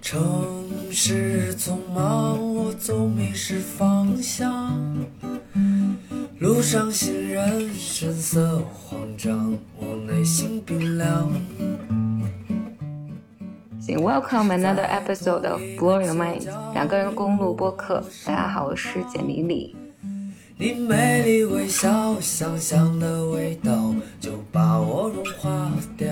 城市匆忙，我总迷失方向，路上行人神色慌张，我内心冰凉。 请 Welcome another episode of Blow Your Mind 两个人公路播客。大家好，我是简丽丽。 你美丽微笑，香香的味道就把我融化掉。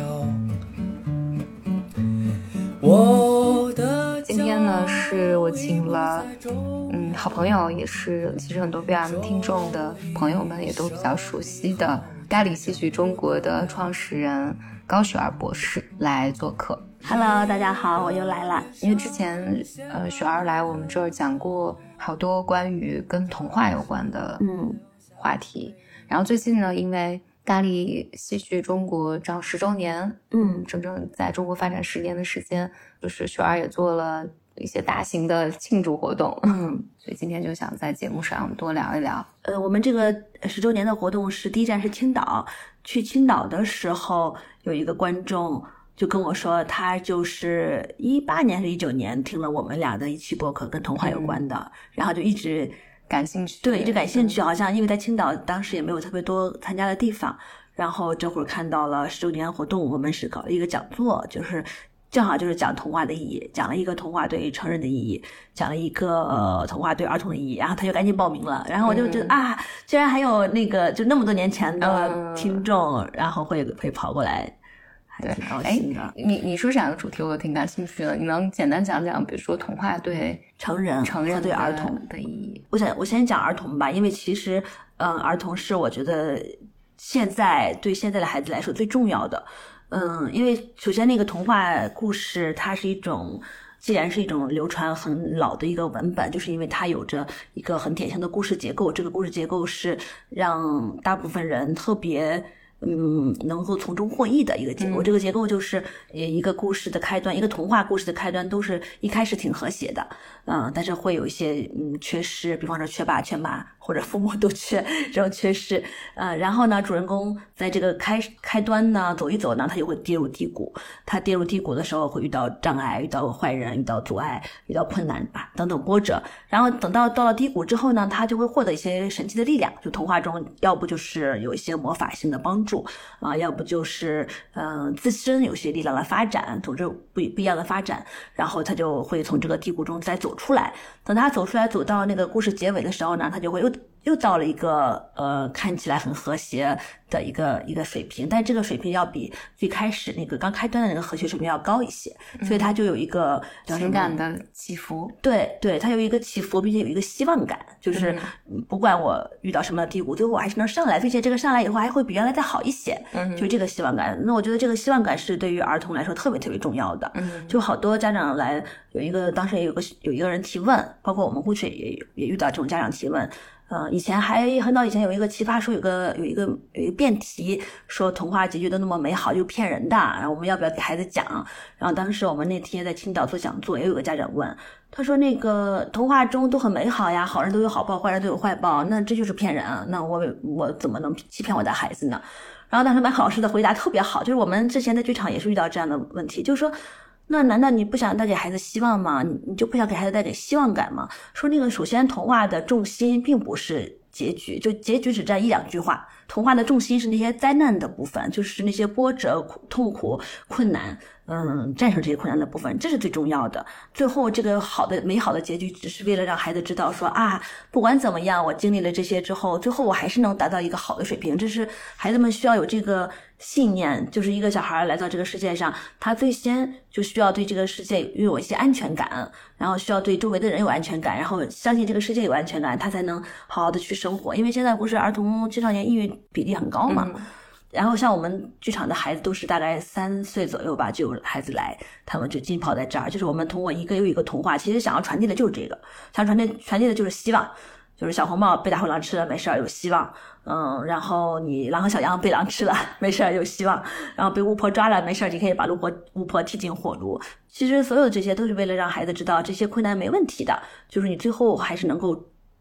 今天呢，是我请了好朋友，也是其实很多 BRM 听众的朋友们也都比较熟悉的咖喱戏曲中国的创始人高雪儿博士来做客。 Hello， 大家好，我又来了。 因为之前雪儿来我们这儿讲过好多关于跟童话有关的话题，然后最近呢，因为咖喱戏曲中国正10周年，整整在中国发展10年的时间，就是雪儿也做了一些大型的庆祝活动，所以今天就想在节目上多聊一聊。 我们这个10周年的活动是第一站是青岛，去青岛的时候有一个观众就跟我说，他就是18年还是19年听了我们俩的一期播客跟童话有关的，然后就一直感兴趣， 对，一直感兴趣，好像因为在青岛当时也没有特别多参加的地方，然后这会儿看到了10周年活动，我们是搞了一个讲座，就是正好就是讲童话的意义，讲了一个童话对成人的意义，讲了一个童话对儿童的意义，然后他就赶紧报名了，然后我就觉得居然还有那个就那么多年前的听众，然后会跑过来。 对，你说这两个主题我挺感兴趣的，你能简单讲讲，比如说童话对成人和对儿童的意义？ 我先讲儿童吧，因为其实儿童是我觉得对现在的孩子来说最重要的。因为首先那个童话故事它是既然是一种流传很老的一个文本，就是因为它有着一个很典型的故事结构，这个故事结构是让大部分人特别能够从中获益的一个结构。这个结构就是一个故事的开端，一个童话故事的开端都是一开始挺和谐的，但是会有一些缺失，比方说缺爸缺妈或者父母都缺这种缺失，然后呢，主人公在这个开端呢走一走呢，他就会跌入低谷。他跌入低谷的时候会遇到障碍，遇到坏人，遇到阻碍，遇到困难吧等等波折。然后等到了低谷之后呢，他就会获得一些神奇的力量。就童话中，要不就是有一些魔法性的帮助要不就是自身有些力量的发展，总之不一样的发展，然后他就会从这个低谷中再走出来。等他走出来，走到那个故事结尾的时候呢，他就会又到了一个看起来很和谐的一个水平，但这个水平要比最开始那个刚开端的那个和谐水平要高一些，所以他就有一个情感的起伏。对， 他有一个起伏，并且有一个希望感，就是不管我遇到什么低谷，最后我还是能上来，并且这个上来以后还会比原来再好一些，就这个希望感。那我觉得这个希望感是对于儿童来说特别特别重要的。就好多家长来，当时有一个人提问，包括我们过去也遇到这种家长提问。以前很早以前有一个奇葩说，有一个辩题说童话结局都那么美好就骗人的，然后我们要不要给孩子讲？然后当时我们那天在青岛做讲座，也有个家长问，他说那个童话中都很美好呀，好人都有好报，坏人都有坏报，那这就是骗人啊，那我怎么能欺骗我的孩子呢？然后当时麦克老师的回答特别好，就是我们之前在剧场也是遇到这样的问题，就是说那难道你不想带给孩子希望吗？你就不想给孩子带给希望感吗？说那个首先童话的重心并不是结局，就结局只占1-2句话，童话的重心是那些灾难的部分，就是那些波折、痛苦、困难，战胜这些困难的部分，这是最重要的。最后这个美好的结局只是为了让孩子知道说不管怎么样，我经历了这些之后，最后我还是能达到一个好的水平。这是孩子们需要有这个信念，就是一个小孩来到这个世界上，他最先就需要对这个世界拥有一些安全感，然后需要对周围的人有安全感，然后相信这个世界有安全感，他才能好好的去生活。因为现在不是儿童青少年抑郁比例很高嘛，然后像我们剧场的孩子都是大概3岁左右吧，就有孩子来，他们就浸泡在这儿。就是我们通过一个又一个童话，其实想要传递的就是这个，想传递的就是希望，就是小红帽被大灰狼吃了没事有希望，然后你狼和小羊被狼吃了没事有希望，然后被巫婆抓了没事，你可以把巫婆踢进火炉。其实所有的这些都是为了让孩子知道这些困难没问题的，就是你最后还是能够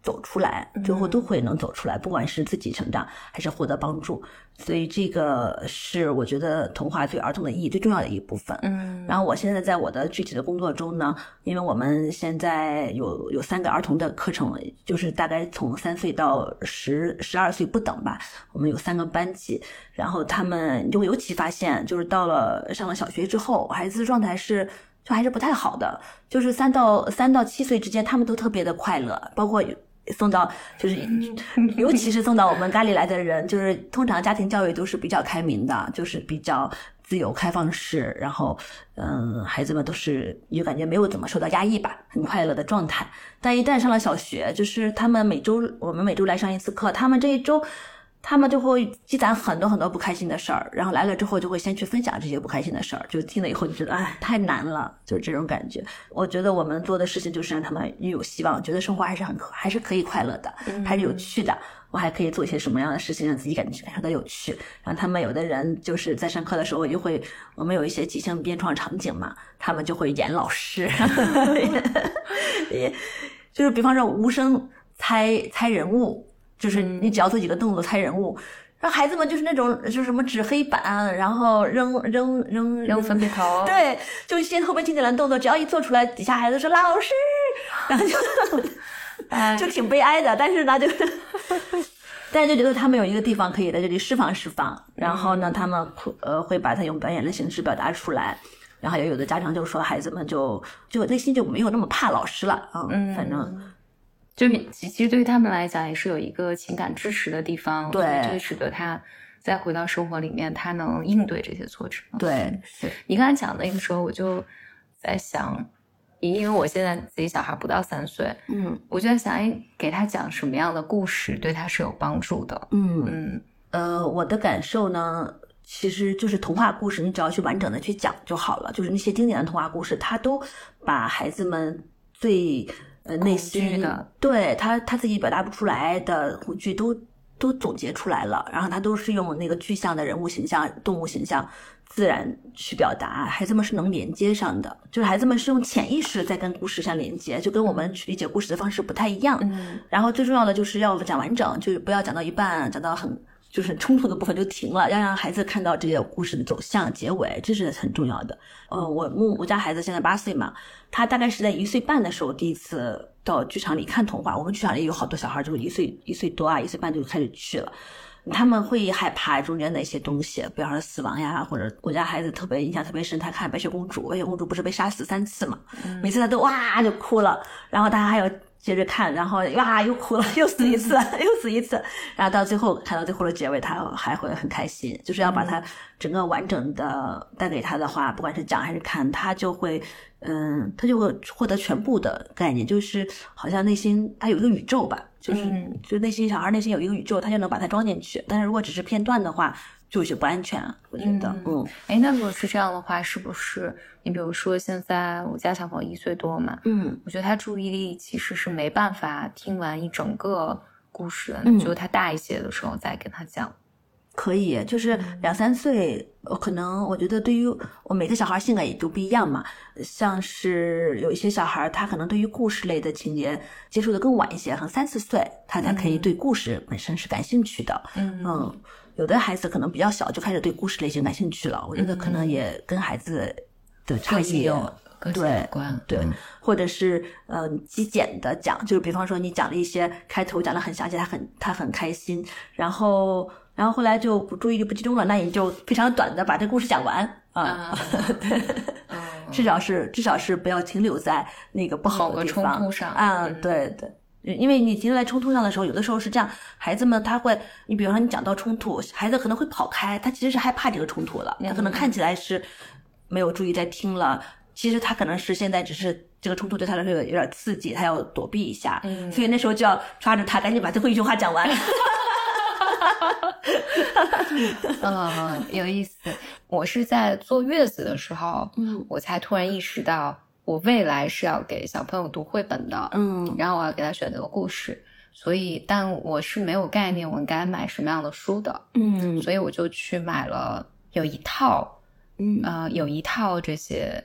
走出来，最后都会能走出来，不管是自己成长还是获得帮助。所以这个是我觉得童话对儿童的意义最重要的一部分。然后我现在在我的具体的工作中呢，因为我们现在有3个儿童的课程，就是大概从3岁到12岁不等吧，我们有3个班级，然后他们就会尤其发现，就是到了上了小学之后，孩子的状态就还是不太好的，就是3到7岁之间，他们都特别的快乐，包括送到就是尤其是送到我们咖喱来的人，就是通常家庭教育都是比较开明的，就是比较自由开放式，然后孩子们都是有感觉没有怎么受到压抑吧，很快乐的状态。但一旦上了小学，就是他们我们每周来上一次课，他们这一周他们就会积攒很多很多不开心的事儿，然后来了之后就会先去分享这些不开心的事儿，就听了以后就觉得哎太难了，就是这种感觉。我觉得我们做的事情就是让他们有希望，觉得生活还是可以快乐的，还是有趣的，我还可以做一些什么样的事情让自己感受到有趣。让他们有的人就是在上课的时候我们有一些即兴编创场景嘛，他们就会演老师就是比方说无声猜人物，就是你只要做几个动作猜人物，然后孩子们就是那种就是什么纸黑板，然后扔粉笔头， 对，就一些特别经典的动作，只要一做出来，底下孩子说老师，然后就挺悲哀的，但是呢就觉得他们有一个地方可以在这里释放，然后呢他们会把它用表演的形式表达出来，然后有的家长就说孩子们就内心就没有那么怕老师了反正。 就其实对于他们来讲也是有一个情感支持的地方， 对， 就使得他再回到生活里面，他能应对这些挫折。 对， 你刚才讲那个时候，我就在想，因为我现在自己小孩不到3岁，我就在想，给他讲什么样的故事对他是有帮助的。 我的感受呢，其实就是童话故事，你只要去完整的去讲就好了。就是那些经典的童话故事，他都把孩子们最内心的对他自己表达不出来的恐惧都总结出来了，然后他都是用那个具象的人物形象、动物形象自然去表达，孩子们是能连接上的，就是孩子们是用潜意识在跟故事相连接，就跟我们去理解故事的方式不太一样。然后最重要的就是要讲完整，就是不要讲到一半，讲到就是很冲突的部分就停了，要让孩子看到这个故事的走向结尾，这是很重要的。我家孩子现在8岁嘛，他大概是在1岁半的时候第一次到剧场里看童话。我们剧场里有好多小孩就是1岁多啊，1岁半就开始去了。他们会害怕中间的一些东西，比方说死亡呀，或者我家孩子印象特别深，他看白雪公主不是被杀死3次嘛，每次他都哇就哭了，然后他还有接着看，然后哇又哭了，又死一次又死一次，然后到最后看到最后的结尾他还会很开心。就是要把他整个完整的带给他的话，不管是讲还是看，他就会获得全部的概念，就是好像内心他有一个宇宙吧，就内心小孩内心有一个宇宙，他就能把它装进去。但是如果只是片段的话就有些不安全，我觉得那如果是这样的话，是不是你比如说现在我家小朋友1岁多嘛，我觉得他注意力其实是没办法听完一整个故事的，就他大一些的时候再跟他讲。 可以，就是2、3岁，可能我觉得对于我每个小孩性格也就不一样嘛。像是有一些小孩，他可能对于故事类的情节接触的更晚一些，可能3、4岁他才可以对故事本身是感兴趣的。有的孩子可能比较小就开始对故事类型感兴趣了，我觉得可能也跟孩子的差异对，或者是极简的讲，就是比方说你讲了一些开头讲得很详细，他很开心，然后后来就注意力不集中了，那你就非常短的把这故事讲完对，至少是不要停留在那个不好的地方， 某个冲突上对。因为你停留在冲突上的时候，有的时候是这样，孩子们你比如说你讲到冲突，孩子可能会跑开，他其实是害怕这个冲突了，他可能看起来是没有注意在听了，其实他可能是现在只是这个冲突对他来说有点刺激，他要躲避一下，所以那时候就要抓着他赶紧把最后一句话讲完有意思。我是在坐月子的时候我才突然意识到我未来是要给小朋友读绘本的，然后我要给他选择故事，但我是没有概念我应该买什么样的书的，所以我就去买了有一套这些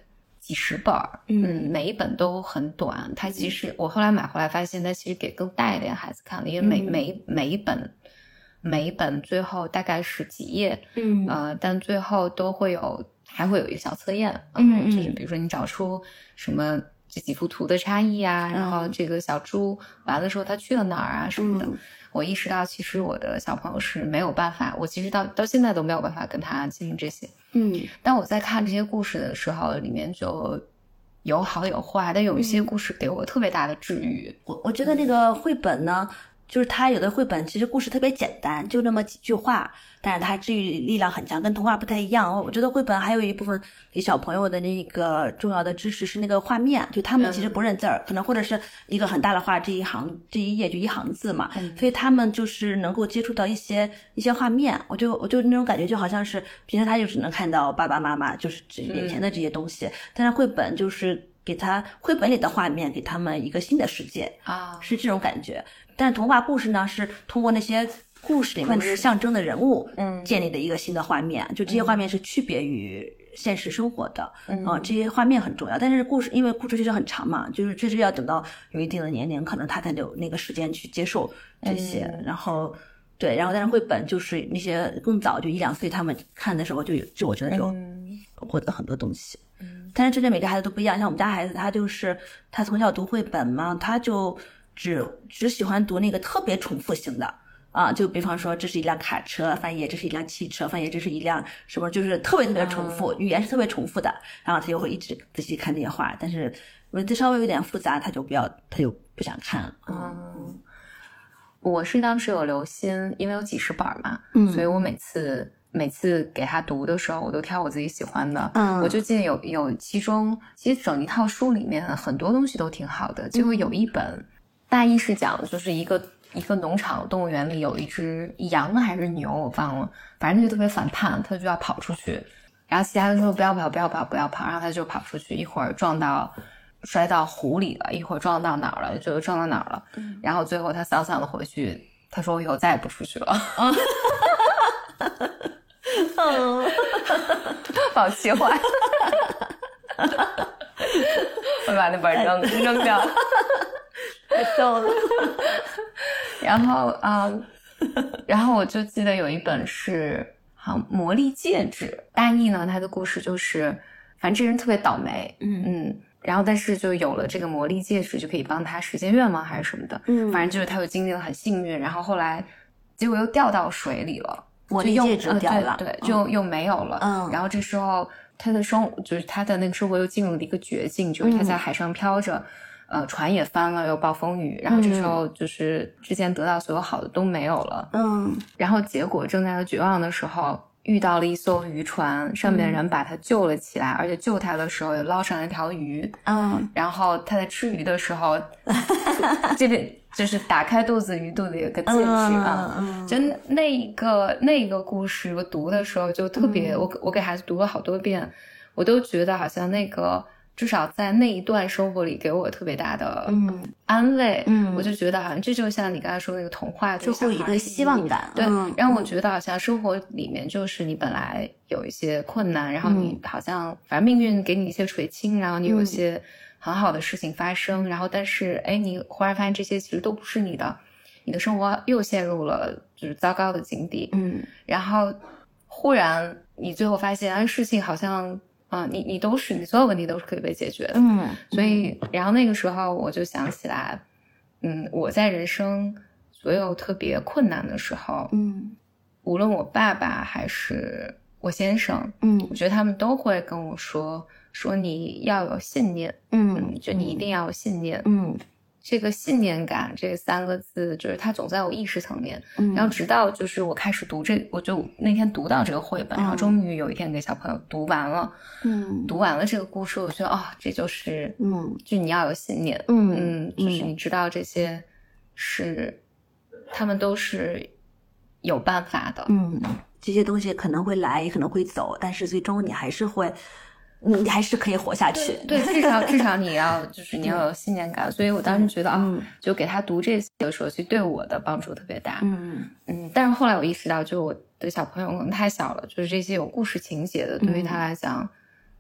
几十本，每一本都很短。它其实我后来买回来发现，它其实给更大一点孩子看的，因为每一本最后大概是几页，但最后都会还会有一个小测验，就是比如说你找出什么这几幅图的差异啊，然后这个小猪完了之后它去了哪儿啊什么的。我意识到其实我的小朋友是没有办法，我其实到现在都没有办法跟他进行这些。但我在看这些故事的时候，里面就有好有坏，但有一些故事给我特别大的治愈。 我觉得那个绘本呢，就是它有的绘本其实故事特别简单，就那么几句话，但是它治愈力量很强，跟童话不太一样。我觉得绘本还有一部分给小朋友的那个重要的知识是那个画面，就他们其实不认字儿，可能或者是一个很大的画，这一页就一行字嘛，所以他们就是能够接触到一些画面。我就那种感觉就好像是平时他就只能看到爸爸妈妈就是眼前的这些东西，但是绘本就是给他绘本里的画面给他们一个新的世界是这种感觉。但是童话故事呢，是通过那些故事里面的象征的人物建立的一个新的画面，就这些画面是区别于现实生活的这些画面很重要。但是因为故事其实很长嘛，就是确实要等到有一定的年龄，可能他才有那个时间去接受这些，然后但是绘本就是那些更早就1-2岁他们看的时候就我觉得就获得很多东西。但是这对每个孩子都不一样，像我们家孩子他从小读绘本嘛，他就只喜欢读那个特别重复型的就比方说这是一辆卡车，翻译这是一辆汽车，翻译这是一辆什么，就是特别特别重复，语言是特别重复的，然后他就会一直仔细看这些话，但是文字稍微有点复杂他就不想看了。 我是当时有留心，因为有几十本嘛，所以我每次给他读的时候，我都挑我自己喜欢的。我就记得有其中，其实整一套书里面很多东西都挺好的。结果有一本，大意是讲就是一个农场动物园里有一只羊还是牛，我忘了，反正就特别反叛，他就要跑出去，然后其他人说不要跑，然后他就跑出去，一会儿摔到湖里了，一会儿撞到哪儿了，就撞到哪儿了，然后最后他丧丧的回去，他说我以后再也不出去了。把我气坏。我把那本扔掉了。 太逗了。 然后我就记得有一本是好像魔力戒指，大意呢他的故事就是反正这人特别倒霉，然后但是就有了这个魔力戒指就可以帮他实现愿望还是什么的，反正就是他又经历了很幸运，然后后来结果又掉到水里了， 魔力戒指掉了， 对，就又没有了。然后这时候他的就是他的那个生活又进入了一个绝境，就是他在海上漂着，船也翻了，又暴风雨，然后这时候就是之前得到所有好的都没有了。然后结果正在他绝望的时候，遇到了一艘渔船，上面的人把他救了起来，而且救他的时候也捞上了一条鱼。然后他在吃鱼的时候，这边就是打开肚子，鱼肚子有个戒指就那个故事，我读的时候就特别，我给孩子读了好多遍，我都觉得好像那个至少在那一段生活里给我特别大的安慰。我就觉得好像这就像你刚才说那个童话， 就会有一个希望感。 对，让我觉得好像生活里面就是你本来有一些困难，然后你好像反正命运给你一些垂青，然后你有一些很好的事情发生，然后但是你忽然发现这些其实都不是你的生活又陷入了就是糟糕的境地。然后忽然你最后发现事情好像你所有问题都是可以被解决的。所以然后那个时候我就想起来我在人生所有特别困难的时候无论我爸爸还是我先生我觉得他们都会跟我说你要有信念就你一定要有信念这个信念感这3个字就是它总在我意识层面然后直到就是我开始读我就那天读到这个绘本然后终于有一天给小朋友读完了读完了这个故事我觉得这就是就你要有信念就是你知道这些是他们都是有办法的这些东西可能会来也可能会走，但是最终你还是可以活下去。 对，至少你要有信念感。所以我当时觉得就给他读这些的时候，其实对我的帮助特别大。但是后来我意识到，就我的小朋友可能太小了，就是这些有故事情节的，对于他来讲，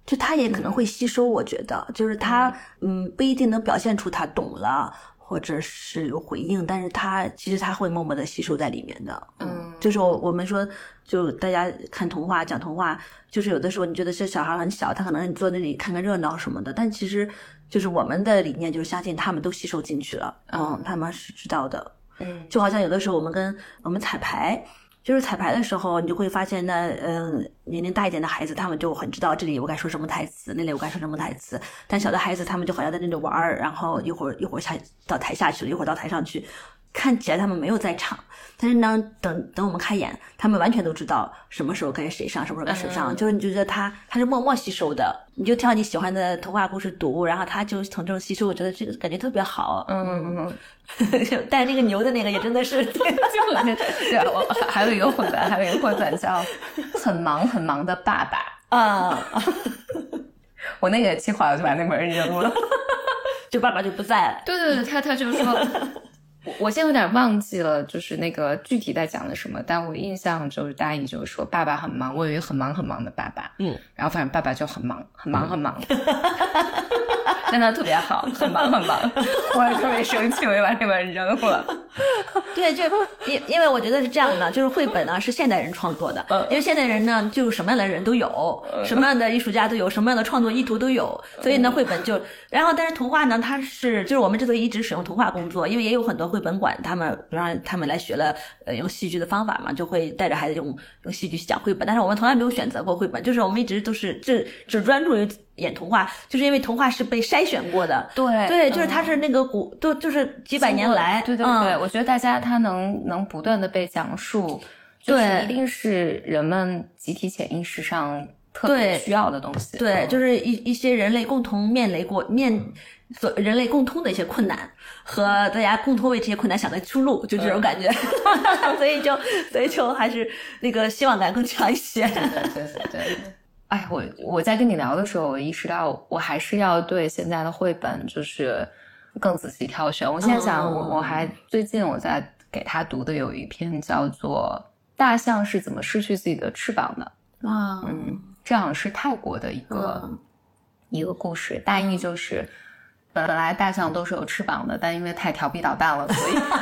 就他也可能会吸收，我觉得就是他不一定能表现出他懂了或者是有回应，但是其实他会默默的吸收在里面的。就是我们说就大家看童话讲童话，就是有的时候你觉得这小孩很小，他可能你坐那里看个热闹什么的，但其实就是我们的理念就是相信他们都吸收进去了，他们是知道的。就好像有的时候我们彩排，就是彩排的时候，你就会发现那年龄大一点的孩子，他们就很知道这里我该说什么台词，那里我该说什么台词。但小的孩子他们就好像在那里玩，然后一会儿下到台下去了，一会儿到台上去，看起来他们没有在场，但是呢，等我们开演，他们完全都知道什么时候该谁上，什么时候该谁上。就是你觉得他是默默吸收的，你就挑你喜欢的童话故事读，然后他就从这种吸收，我觉得这个感觉特别好。但那个牛的那个也真的是，对， 我还有一个绘本叫很忙很忙的爸爸我那个气坏了，就把那本扔了， 就爸爸就不在了。 对，他就说。我现在有点忘记了，就是那个具体在讲的什么，但我印象就是大意就是说爸爸很忙，我有一个很忙很忙的爸爸，然后反正爸爸就很忙很忙很忙，但他特别好，很忙很忙，我也特别生气，我就把这本扔了。 对，就因为我觉得是这样的，就是绘本呢是现代人创作的，因为现代人呢就什么样的人都有，什么样的艺术家都有，什么样的创作意图都有，所以呢绘本就，然后但是童话呢它是就是我们之所以一直使用童话工作，因为也有很多绘本馆他们让他们来学了用戏剧的方法嘛，就会带着孩子用戏剧去讲绘本，但是我们从来没有选择过绘本，就是我们一直都是只专注于演童话，就是因为童话是被筛选过的。对，就是它是那个就是几百年来， 对，我觉得大家它能不断的被讲述，就是一定是人们集体潜意识上特别需要的东西。 对，就是一些人类共同人类共通的一些困难和大家共同为这些困难想的出路，就这种感觉。所以就还是那个希望感更强一些。 对。哎，我在跟你聊的时候，我意识到我还是要对现在的绘本就是更仔细挑选。我现在想，我还最近我在给他读的有一篇叫做《大象是怎么失去自己的翅膀的》这好像是泰国的一个故事，大意就是本来大象都是有翅膀的，但因为太调皮捣蛋了，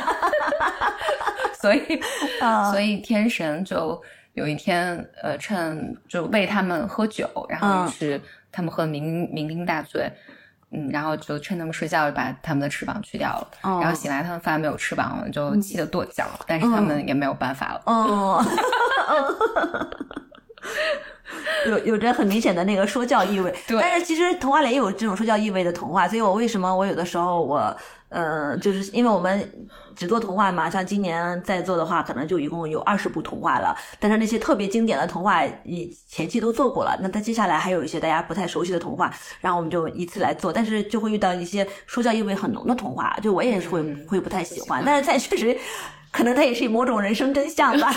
所以天神就有一天趁就喂他们喝酒，然后于是他们喝酩酊大醉，然后就趁他们睡觉把他们的翅膀去掉了，然后醒来他们发现没有翅膀了，就气得跺脚，但是他们也没有办法了。 有着很明显的那个说教意味，但是其实童话里也有这种说教意味的童话，所以我为什么我有的时候就是因为我们只做童话嘛，像今年在做的话可能就一共有20部童话了，但是那些特别经典的童话前期都做过了，那它接下来还有一些大家不太熟悉的童话，然后我们就依次来做，但是就会遇到一些说教意味很浓的童话，就我也是会不太喜欢，但是它确实可能它也是某种人生真相吧。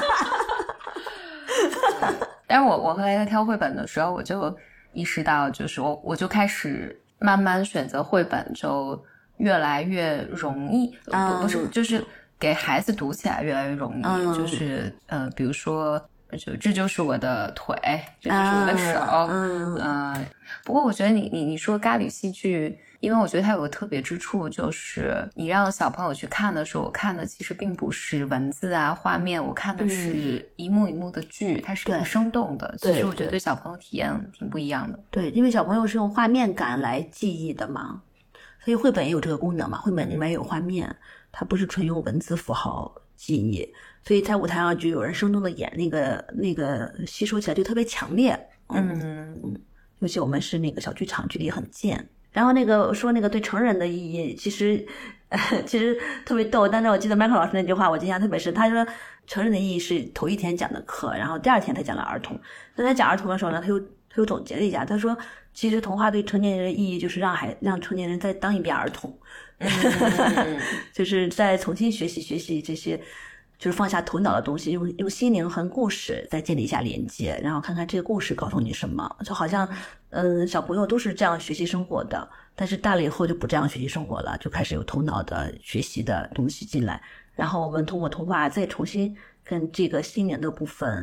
但是我后来在挑绘本的时候，我就意识到，就是我就开始慢慢选择绘本，就越来越容易，不是就是给孩子读起来越来越容易，就是比如说这就是我的腿，这就是我的手，不过我觉得你说咖喱戏剧。因为我觉得它有个特别之处，就是你让小朋友去看的时候，我看的其实并不是文字啊画面，我看的是一幕一幕的剧，它是很生动的，其实我觉得对小朋友体验挺不一样的。 对，因为小朋友是用画面感来记忆的嘛，所以绘本也有这个功能嘛，绘本里面有画面，它不是纯用文字符号记忆，所以在舞台上就有人生动的演那个吸收起来就特别强烈。尤其我们是那个小剧场，距离很近。然后说那个对成人的意义，其实特别逗。但是我记得 Michael 老师那句话我印象特别深，他说成人的意义是头一天讲的课，然后第二天他讲了儿童。那他讲儿童的时候呢，他又总结了一下，他说其实童话对成年人的意义就是让成年人再当一遍儿童，就是再重新学习这些。就是放下头脑的东西，用心灵和故事再建立一下连接，然后看看这个故事告诉你什么。就好像小朋友都是这样学习生活的，但是大了以后就不这样学习生活了，就开始有头脑的学习的东西进来，然后我们通过童话再重新跟这个心灵的部分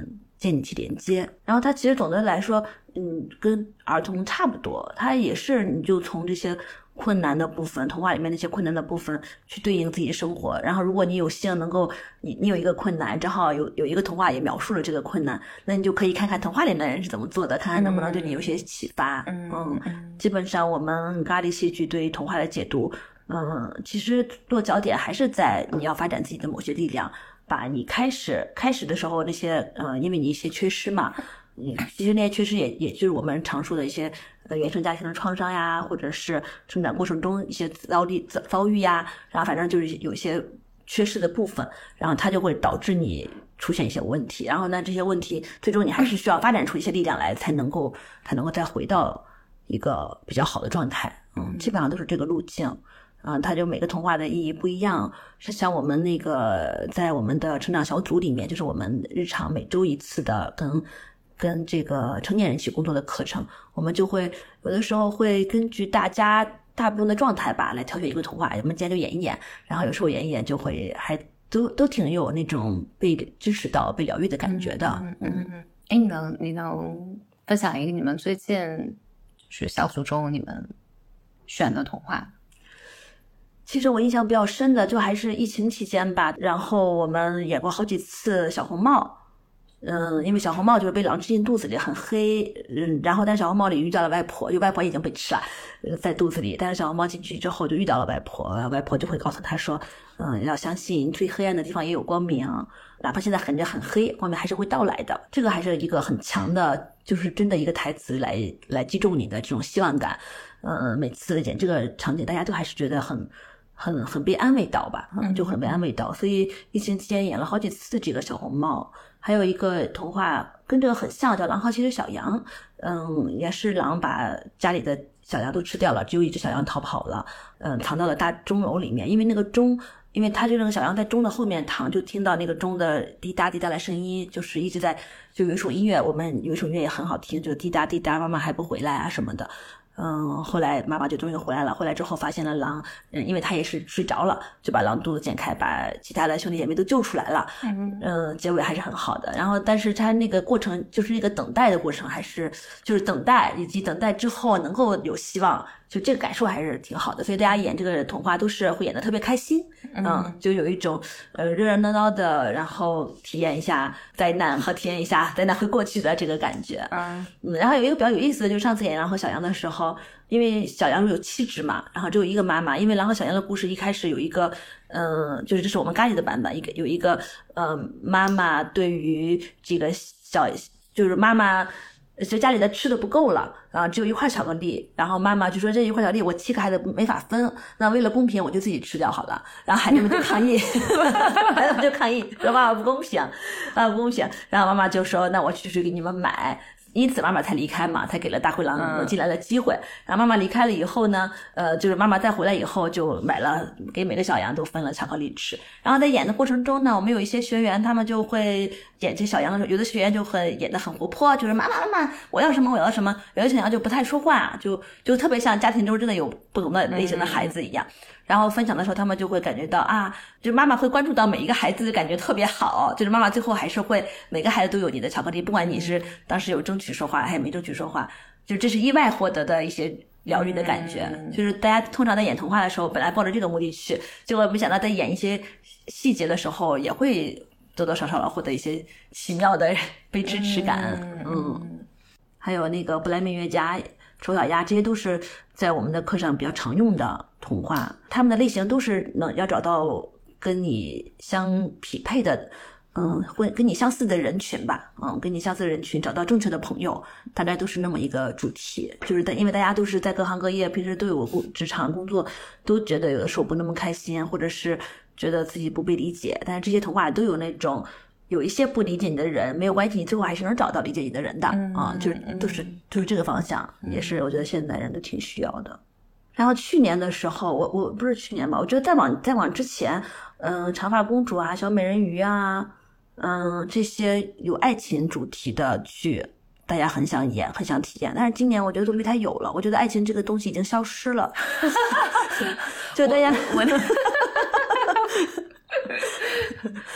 建立起连接。然后它其实总的来说跟儿童差不多，它也是你就从这些困难的部分，童话里面那些困难的部分去对应自己的生活。然后如果你有幸能够你有一个困难，正好有一个童话也描述了这个困难，那你就可以看看童话里的人是怎么做的，看看能不能对你有些启发。基本上我们咖喱戏剧对童话的解读其实落脚点还是在你要发展自己的某些力量，把你开始的时候那些因为你一些缺失嘛，其实那些缺失也就是我们常说的一些原生家庭的创伤呀，或者是成长过程中一些遭遇呀，然后反正就是有一些缺失的部分，然后它就会导致你出现一些问题，然后呢这些问题最终你还是需要发展出一些力量来才能够再回到一个比较好的状态。基本上都是这个路径。它就每个童话的意义不一样，是像我们那个在我们的成长小组里面，就是我们日常每周一次的跟这个成年人一起工作的课程，我们就会有的时候会根据大家大部分的状态吧来挑选一个童话，我们今天就演一演，然后有时候演一演就会还都挺有那种被支持到被疗愈的感觉的。 你能分享一个你们最近就是小组中你们选的童话？ 其实我印象比较深的就还是疫情期间吧，然后我们演过好几次小红帽。因为小红帽就是被狼吃进肚子里很黑，然后但小红帽里遇到了外婆，就外婆已经被吃了，在肚子里，但是小红帽进去之后就遇到了外婆，外婆就会告诉他说要相信最黑暗的地方也有光明，哪怕现在很黑，光明还是会到来的。这个还是一个很强的，就是真的一个台词来击中你的这种希望感。每次演这个场景大家都还是觉得很被安慰到吧，就很被安慰到。所以疫情期间演了好几次这个小红帽。还有一个童话跟这个很像，叫《狼好奇的小羊》。也是狼把家里的小羊都吃掉了，只有一只小羊逃跑了，藏到了大钟楼里面。因为那个钟，因为他这个小羊在钟的后面躺，就听到那个钟的滴答滴答的声音，就是一直在，就有一首音乐，我们有一首音乐也很好听，就滴答滴答，妈妈还不回来啊什么的。后来妈妈就终于回来了，回来之后发现了狼，因为他也是睡着了，就把狼肚子剪开，把其他的兄弟姐妹都救出来了。结尾还是很好的。然后但是他那个过程就是一个等待的过程，还是就是等待以及等待之后能够有希望，就这个感受还是挺好的。所以大家演这个童话都是会演得特别开心，就有一种热热闹闹的，然后体验一下灾难和体验一下灾难会过去的这个感觉。然后有一个比较有意思的，就是上次演狼和小羊的时候，因为小羊有7只嘛，然后只有一个妈妈。因为狼和小羊的故事一开始有一个就是这是我们咖喱的版本，有一个妈妈对于这个就是妈妈就家里的吃的不够了，只有1块巧克力，然后妈妈就说这1块巧克力我7个孩子没法分，那为了公平我就自己吃掉好了。然后孩子们就抗议孩子们就抗议说妈妈不公平不公平。然后妈妈就说那我去给你们买，因此妈妈才离开嘛，才给了大灰狼进来的机会。然后妈妈离开了以后呢，就是妈妈再回来以后就买了给每个小羊都分了巧克力吃。然后在演的过程中呢，我们有一些学员他们就会演这小羊的时候，有的学员就会演得很活泼，就是妈妈我要什么我要什么。有的小羊就不太说话，就特别像家庭中真的有不同的类型的孩子一样。然后分享的时候他们就会感觉到就妈妈会关注到每一个孩子的感觉特别好，就是妈妈最后还是会每个孩子都有你的巧克力，不管你是当时有争取说话还是没争取说话，就这是意外获得的一些疗愈的感觉。就是大家通常在演童话的时候本来抱着这个目的去，结果没想到在演一些细节的时候也会多多少少获得一些奇妙的被支持感。还有那个布莱明月家、丑小鸭，这些都是在我们的课上比较常用的童话，他们的类型都是要找到跟你相匹配的会跟你相似的人群吧，跟你相似的人群，找到正确的朋友，大概都是那么一个主题。就是因为大家都是在各行各业，平时都有职场工作，都觉得有的时候不那么开心，或者是觉得自己不被理解，但是这些童话都有那种有一些不理解你的人，没有关系，你最后还是能找到理解你的人的就是这个方向，也是我觉得现代人都挺需要的。然后去年的时候，我不是去年吧，我觉得再往之前，长发公主啊、小美人鱼啊，这些有爱情主题的剧，大家很想演，很想体验。但是今年我觉得都没太有了，我觉得爱情这个东西已经消失了，就大家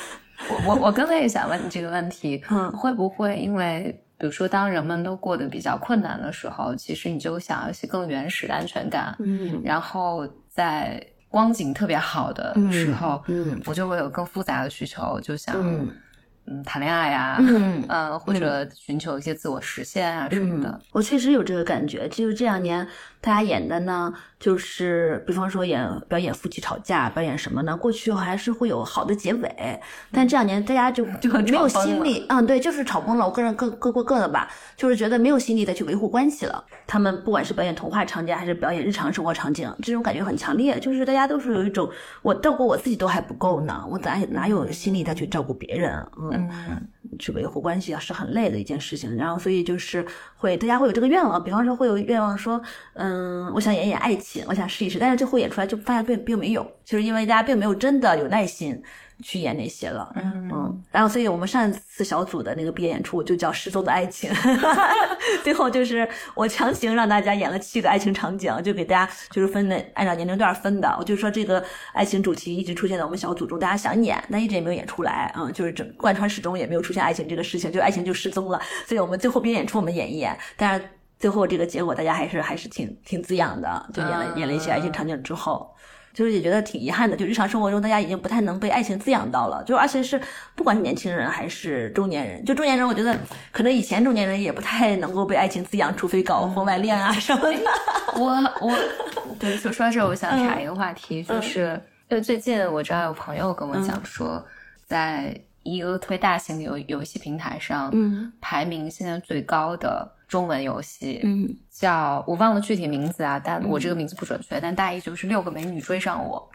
我刚才也想问你这个问题，会不会因为比如说当人们都过得比较困难的时候，其实你就想要一些更原始的安全感，然后在光景特别好的时候，我就会有更复杂的需求，就想谈恋爱呀，或者寻求一些自我实现啊什么的。 我确实有这个感觉，就是这2年大家演的呢，就是比方说表演夫妻吵架，表演什么呢？过去还是会有好的结尾，但这2年大家就没有心力，对，就是吵崩了。我个人各过各的吧，就是觉得没有心力再去维护关系了。他们不管是表演童话场景，还是表演日常生活场景，这种感觉很强烈，就是大家都是有一种我照顾我自己都还不够呢，我哪有心力再去照顾别人？去维护关系是很累的一件事情。然后所以就是大家会有这个愿望，比方说会有愿望说，我想演爱情，我想试一试，但是最后演出来就发现并没有，就是因为大家并没有真的有耐心去演那些了。然后所以我们上一次小组的那个毕业演出就叫失踪的爱情最后就是我强行让大家演了7个爱情场景，就给大家就是分的按照年龄段分的。我就说这个爱情主题一直出现在我们小组中，大家想演但一直也没有演出来，就是贯穿始终也没有出现爱情这个事情，就爱情就失踪了。所以我们最后毕业演出我们演一演，但是最后这个结果大家还是挺滋养的，就演了一些爱情场景之后，就是也觉得挺遗憾的，就日常生活中大家已经不太能被爱情滋养到了，就而且是不管是年轻人还是中年人，就中年人我觉得可能以前中年人也不太能够被爱情滋养，除非搞婚外恋啊什么的。 对，说到这我想插一个话题，就是最近我知道有朋友跟我讲说，在一个特别大型的游戏平台上，排名现在最高的中文游戏，叫我忘了具体名字啊，但我这个名字不准确，但大意就是6个美女追上我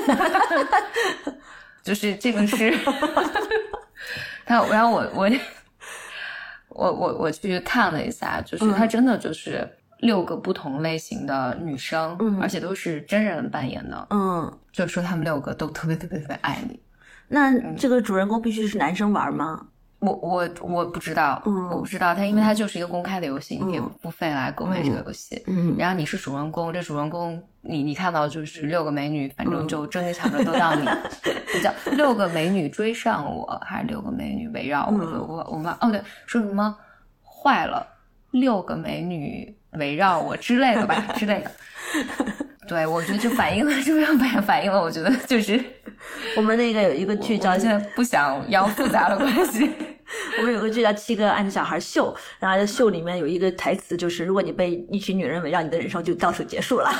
就是这个是然后我去看了一下，就是它真的就是6个不同类型的女生，而且都是真人扮演的，就说他们6个都特别特别特别爱你。 那这个主人公必须是男生玩吗？ 我不知道，我不知道他，因为它就是一个公开的游戏，你可以付费来购买这个游戏。然后你是主人公，这主人公你看到就是6个美女，反正就争着抢着都要你。叫6个美女追上我，还是6个美女围绕我？我妈对，说什么坏了，6个美女围绕我之类的吧，之类的。对，我觉得就反映了，我觉得就是我们那个有一个剧叫， 现在不想要复杂的关系。 我们有个剧叫《7个爱小孩秀》，然后在秀里面有一个台词，就是如果你被一群女人围绕，你的人生就到此结束了。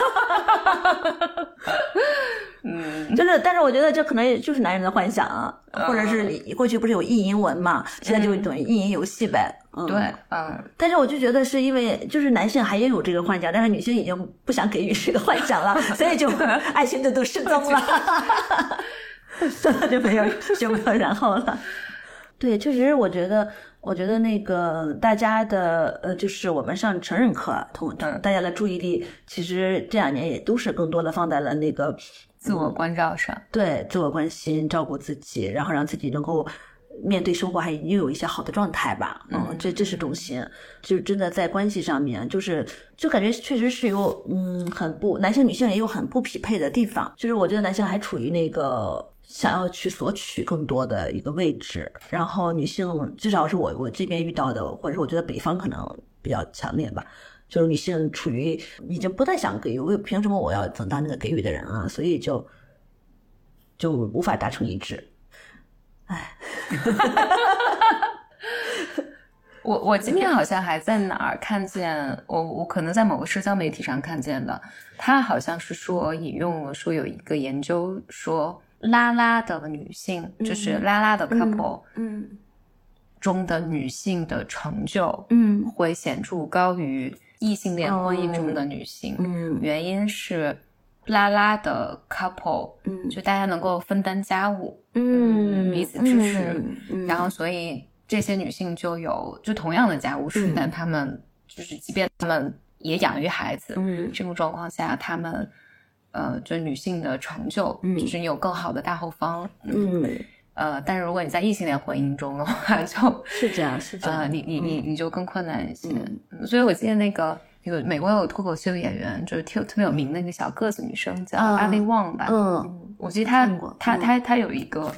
真的，但是我觉得这可能也就是男人的幻想啊，或者是你过去不是有意淫文嘛，现在就等于意淫游戏呗。 对， 但是我就觉得是因为就是男性还有这个幻想，但是女性已经不想给予这个幻想了，所以就爱情都失踪了，就没有然后了。对，确实我觉得那个大家的就是我们上成人课，大家的注意力其实这2年也都是更多的放在了那个自我关照上， 对，自我关心，照顾自己，然后让自己能够面对生活还拥有一些好的状态吧。这是重心，就真的在关系上面，就感觉确实是有男性女性也有很不匹配的地方，就是我觉得男性还处于那个想要去索取更多的一个位置，然后女性至少是我这边遇到的，或者是我觉得北方可能比较强烈吧，就是女性处于已经不太想给予，凭什么我要当那个给予的人啊？所以就无法达成一致。 我今天好像还在哪儿看见，我可能在某个社交媒体上看见的，他好像是说引用了说有一个研究说拉拉的女性，就是拉拉的 couple 中的女性的成就会显著高于异性恋婚姻中的女性，原因是拉拉的 couple 就大家能够分担家务，彼此支持，然后所以这些女性就同样的家务事，但她们就是即便她们也养育孩子，这种状况下她们就女性的成就就是你有更好的大后方，但是如果你在异性恋婚姻中的话， 就是这样你就更困难一些。所以我记得那个美国有脱口秀演员，就是特别有名的那个小个子女生叫阿丽旺吧，我记得她有一个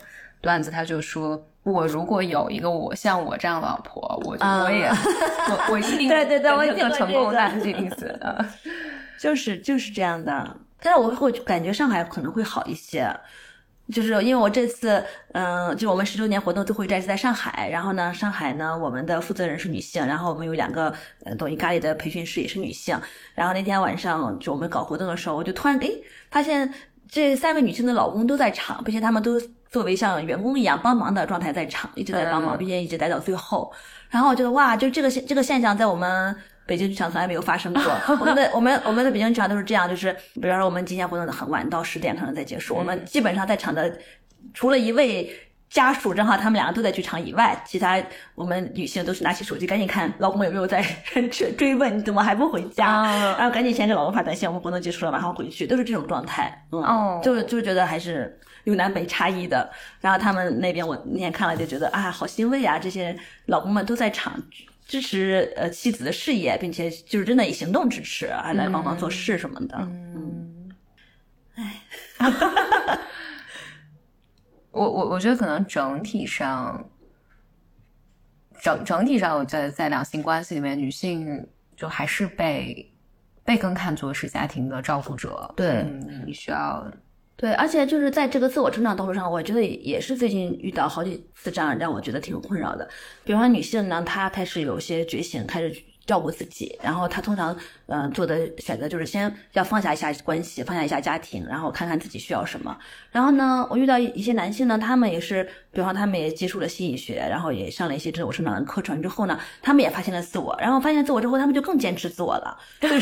段子，他就说我如果有一个像我这样的老婆，我也我一定对，我更成功的这个意思就是这样的。但是我会感觉上海可能会好一些，就是因为我这次就我们10周年活动最后一站是在上海，然后呢上海呢我们的负责人是女性，然后我们有2个抖音咖喱的培训师也是女性，然后那天晚上就我们搞活动的时候，我就突然发现这3位女性的老公都在场，并且他们都作为像员工一样帮忙的状态在场，一直在帮忙，并且一直待到最后。然后我觉得哇，就这个现象在我们北京剧场从来没有发生过。我们的北京剧场都是这样，就是比方说我们今天活动的很晚，到10点可能才结束，我们基本上在场的除了一位家属正好他们2个都在剧场以外，其他我们女性都是拿起手机赶紧看老公有没有在追问你怎么还不回家，然后赶紧先给老公发短信，我们活动结束了马上回去，都是这种状态。就觉得还是有南北差异的。然后他们那边我那天看了就觉得啊，好欣慰啊，这些老公们都在场支持妻子的事业，并且就是真的以行动支持，还来帮忙做事什么的。 我觉得可能整体上我觉得在两性关系里面，女性就还是被更看作是家庭的照顾者。 对， 你需要。 对，而且就是在这个自我成长道路上，我觉得也是最近遇到好几次这样让我觉得挺困扰的。比方说女性呢，她开始有些觉醒，开始照顾自己，然后她通常做的选择就是先要放下一下关系，放下一下家庭，然后看看自己需要什么。然后呢，我遇到一些男性呢，他们也是，比方说他们也接触了心理学，然后也上了一些自我成长的课程之后呢，他们也发现了自我，然后发现自我之后，他们就更坚持自我了，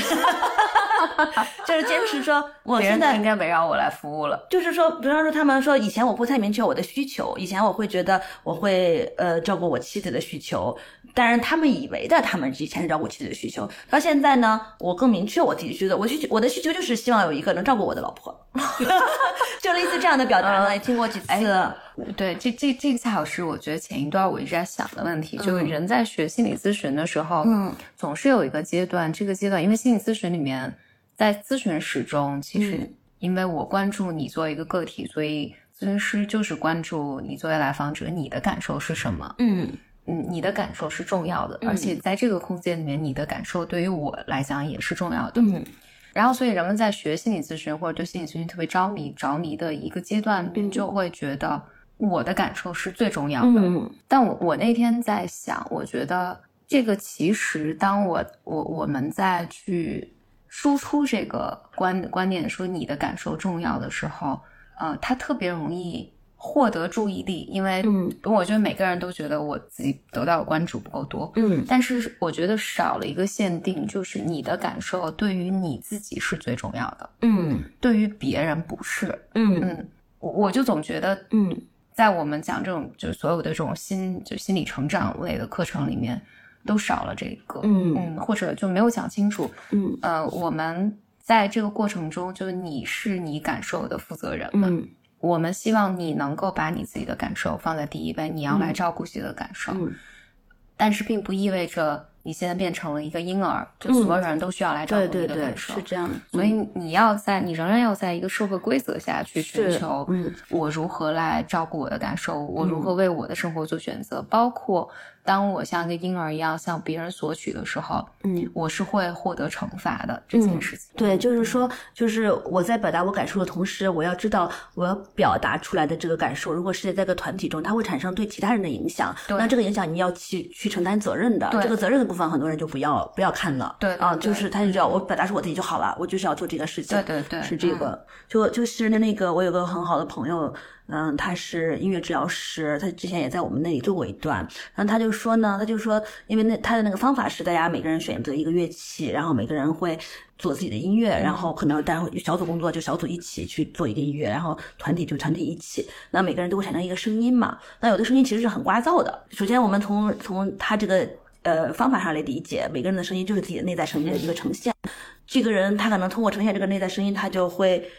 就是坚持说我现在应该围绕我来服务了。 就是说，比方说他们说以前我不太明确我的需求，以前我会觉得我会照顾我妻子的需求，当然他们以为的他们以前是照顾妻子的需求，到现在呢，我更明确我自己觉得我的需求就是希望有一个能照顾我的老婆，就类似这样的表达呢，也听过几次。 对，这恰好是我觉得前一段我一直在想的问题，就是人在学心理咨询的时候，总是有一个阶段，这个阶段因为心理咨询里面在咨询室中，其实因为我关注你作为一个个体，所以咨询师就是关注你作为来访者你的感受是什么。你的感受是重要的，而且在这个空间里面，你的感受对于我来讲也是重要的。然后所以人们在学心理咨询或者对心理咨询特别着迷的一个阶段，就会觉得我的感受是最重要的。但我那天在想，我觉得这个其实当我们在去输出这个观念说你的感受重要的时候，它特别容易获得注意力，因为我觉得每个人都觉得我自己得到的关注不够多，但是我觉得少了一个限定，就是你的感受对于你自己是最重要的，对于别人不是，我就总觉得，在我们讲这种就所有的这种心理成长类的课程里面，都少了这个，或者就没有讲清楚，我们在这个过程中，就你是你感受的负责人嘛。我们希望你能够把你自己的感受放在第一位，你要来照顾自己的感受，但是并不意味着你现在变成了一个婴儿，就所有人都需要来照顾你的感受， 是这样的。 所以你仍然要在一个社会规则下去寻求，我如何来照顾我的感受，我如何为我的生活做选择，包括当我像一个婴儿一样向别人索取的时候，我是会获得惩罚的这件事情。 对，就是说，就是我在表达我感受的同时，我要知道我要表达出来的这个感受，如果是在这个团体中，它会产生对其他人的影响，那这个影响你要去承担责任的。这个责任的部分，很多人就不要看了。就是他就知道我表达出我自己就好了，我就是要做这个事情。 对， 是这个。就是那个，我有个很好的朋友。他是音乐治疗师，他之前也在我们那里做过一段。然后他就说，因为他的那个方法是大家每个人选择一个乐器，然后每个人会做自己的音乐，然后可能待会小组工作就小组一起去做一个音乐，然后团体就团体一起，那每个人都会产生一个声音嘛。那有的声音其实是很聒噪的。首先我们从他这个方法上来理解，每个人的声音就是自己的内在声音的一个呈现。这个人他可能通过呈现这个内在声音，他就会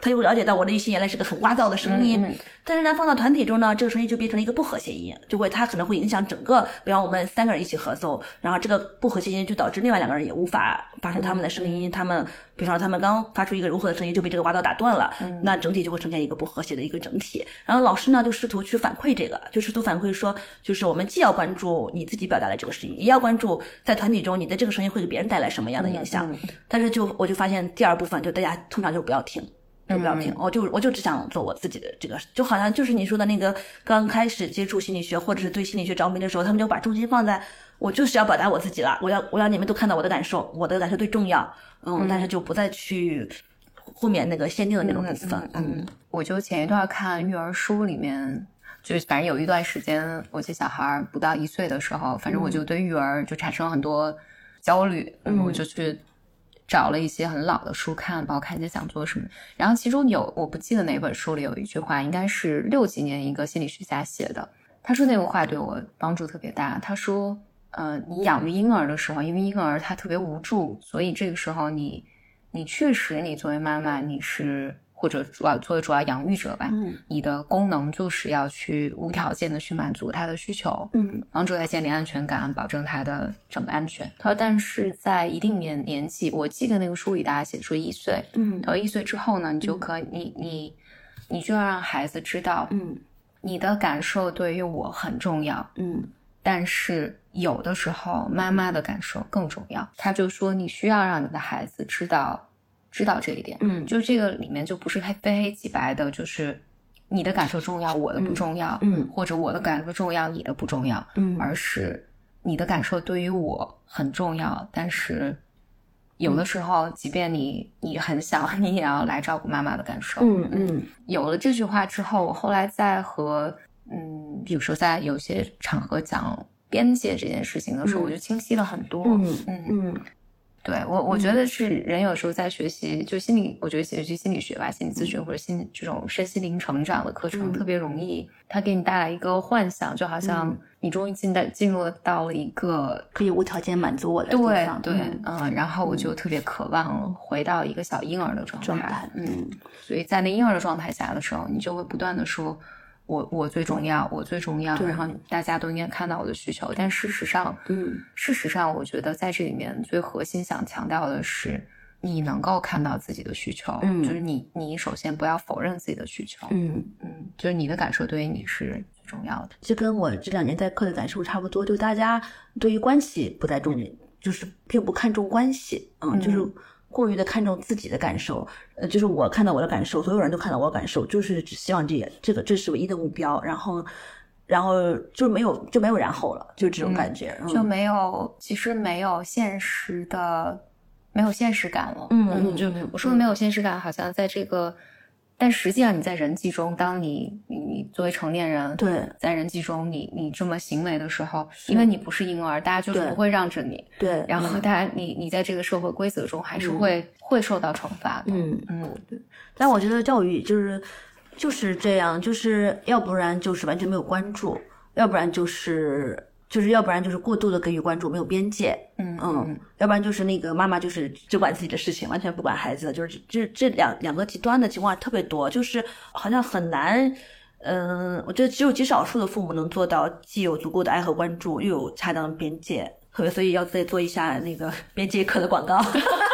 他就会了解到我的内心原来是个很聒噪的声音。但是呢，放到团体中呢，这个声音就变成了一个不和谐音，它可能会影响整个，比方我们3个人一起合奏，然后这个不和谐音就导致另外2个人也无法发出他们的声音，他们比方说他们刚发出一个柔和的声音就被这个聒噪打断了，那整体就会呈现一个不和谐的一个整体。然后老师呢就试图去反馈这个，就试图反馈说，就是我们既要关注你自己表达的这个声音，也要关注在团体中你的这个声音会给别人带来什么样的影响。但是我就发现第2部分就大家通常就不要听。就不要听，我就只想做我自己的这个，就好像就是你说的那个刚开始接触心理学或者是对心理学着迷的时候，他们就把重心放在我就是要表达我自己了，我要你们都看到我的感受，我的感受最重要，但是就不再去后面那个限定的那种部分。 我就前一段看育儿书里面，就反正有一段时间，我这小孩不到1岁的时候，反正我就对育儿就产生了很多焦虑，我就去找了一些很老的书看，包括看一些讲座什么。然后其中我不记得哪本书里有一句话，应该是60几年一个心理学家写的。他说那个话对我帮助特别大。他说，你养育婴儿的时候，因为婴儿他特别无助，所以这个时候你确实你作为妈妈，你是或者作为主要养育者吧，你的功能就是要去无条件的去满足他的需求，帮助他建立安全感，保证他的整个安全。他说，但是在一定年纪，我记得那个书里大家写说1岁，到1岁之后呢，你就可以你就要让孩子知道，你的感受对于我很重要，但是有的时候妈妈的感受更重要。他就说你需要让你的孩子知道这一点，就这个里面就不是非黑即白的，就是你的感受重要，我的不重要，或者我的感受重要，你的不重要，而是你的感受对于我很重要，但是有的时候，即便你很小，你也要来照顾妈妈的感受。有了这句话之后，我后来在和比如说在有些场合讲边界这件事情的时候，我就清晰了很多。对，我觉得是人有时候在学习就我觉得学习心理学吧，心理咨询或者这种身心灵成长的课程特别容易，它给你带来一个幻想，就好像你终于进入到了一个可以无条件满足我的地方。 对，然后我就特别渴望回到一个小婴儿的状态。所以在那婴儿的状态下的时候，你就会不断的说我最重要，我最重要，然后大家都应该看到我的需求。但事实上我觉得在这里面最核心想强调的是你能够看到自己的需求，就是你首先不要否认自己的需求，就是你的感受对于你是最重要的。 这跟我这2年在课的感受差不多，就大家对于关系不再重，就是并不看重关系，就是过于的看重自己的感受，就是我看到我的感受，所有人都看到我的感受，就是只希望这是唯一的目标，然后就没有然后了，就这种感觉， 就其实没有现实感了。就我说的没有现实感，好像在这个。但实际上你在人际中，当你作为成年人， 对， 在人际中你这么行为的时候，因为你不是婴儿，大家就是不会让着你， 对， 然后你在这个社会规则中还是会受到惩罚的。 对。但我觉得教育就是这样，就是要不然就是完全没有关注，要不然就是过度的给予关注，没有边界，要不然就是那个妈妈就是只管自己的事情，完全不管孩子的，就是这两个极端的情况特别多，就是好像很难，我觉得只有极少数的父母能做到既有足够的爱和关注，又有恰当的边界，特别所以要再做一下那个边界课的广告。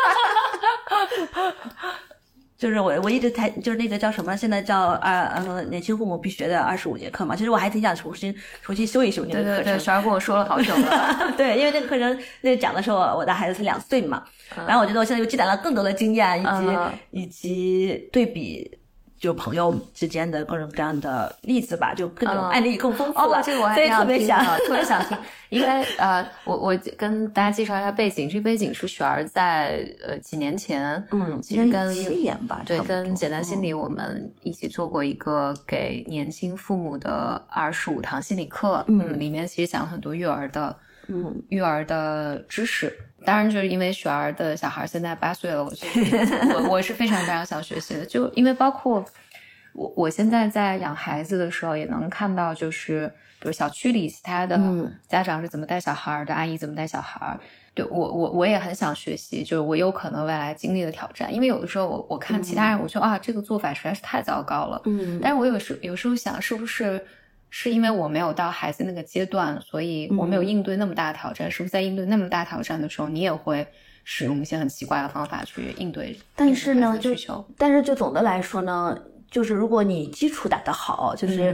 就是我一直就是那个叫什么，现在叫年轻父母必学的25节课嘛。其实我还挺想重新修一修那个课程。 对，小孩跟我说了好久了。 对，因为那个课程那讲的时候，我的孩子才2岁嘛，然后我觉得我现在又积攒了更多的经验，以及对比。就朋友之间的各种各样的例子吧，就各种案例更丰富了。 这个我还特别想听，因为我跟大家介绍一下背景，这背景是雪儿在几年前，其实跟 7年吧， 对，跟简单心理我们一起做过一个给年轻父母的25堂心理课，里面其实讲了很多育儿的知识。当然就是因为雪儿的小孩现在8岁了，我是非常非常想学习的，就因为包括我现在在养孩子的时候也能看到，就是比如小区里其他的家长是怎么带小孩的，阿姨怎么带小孩， 对，我也很想学习，就是我有可能未来经历的挑战，因为有的时候我看其他人，我觉得这个做法实在是太糟糕了，但是我有时候想，是不是因为我没有到孩子那个阶段，所以我没有应对那么大的挑战，是不是在应对那么大挑战的时候，你也会使用一些很奇怪的方法去应对？ 但是呢，就总的来说呢，就是如果你基础打得好，就是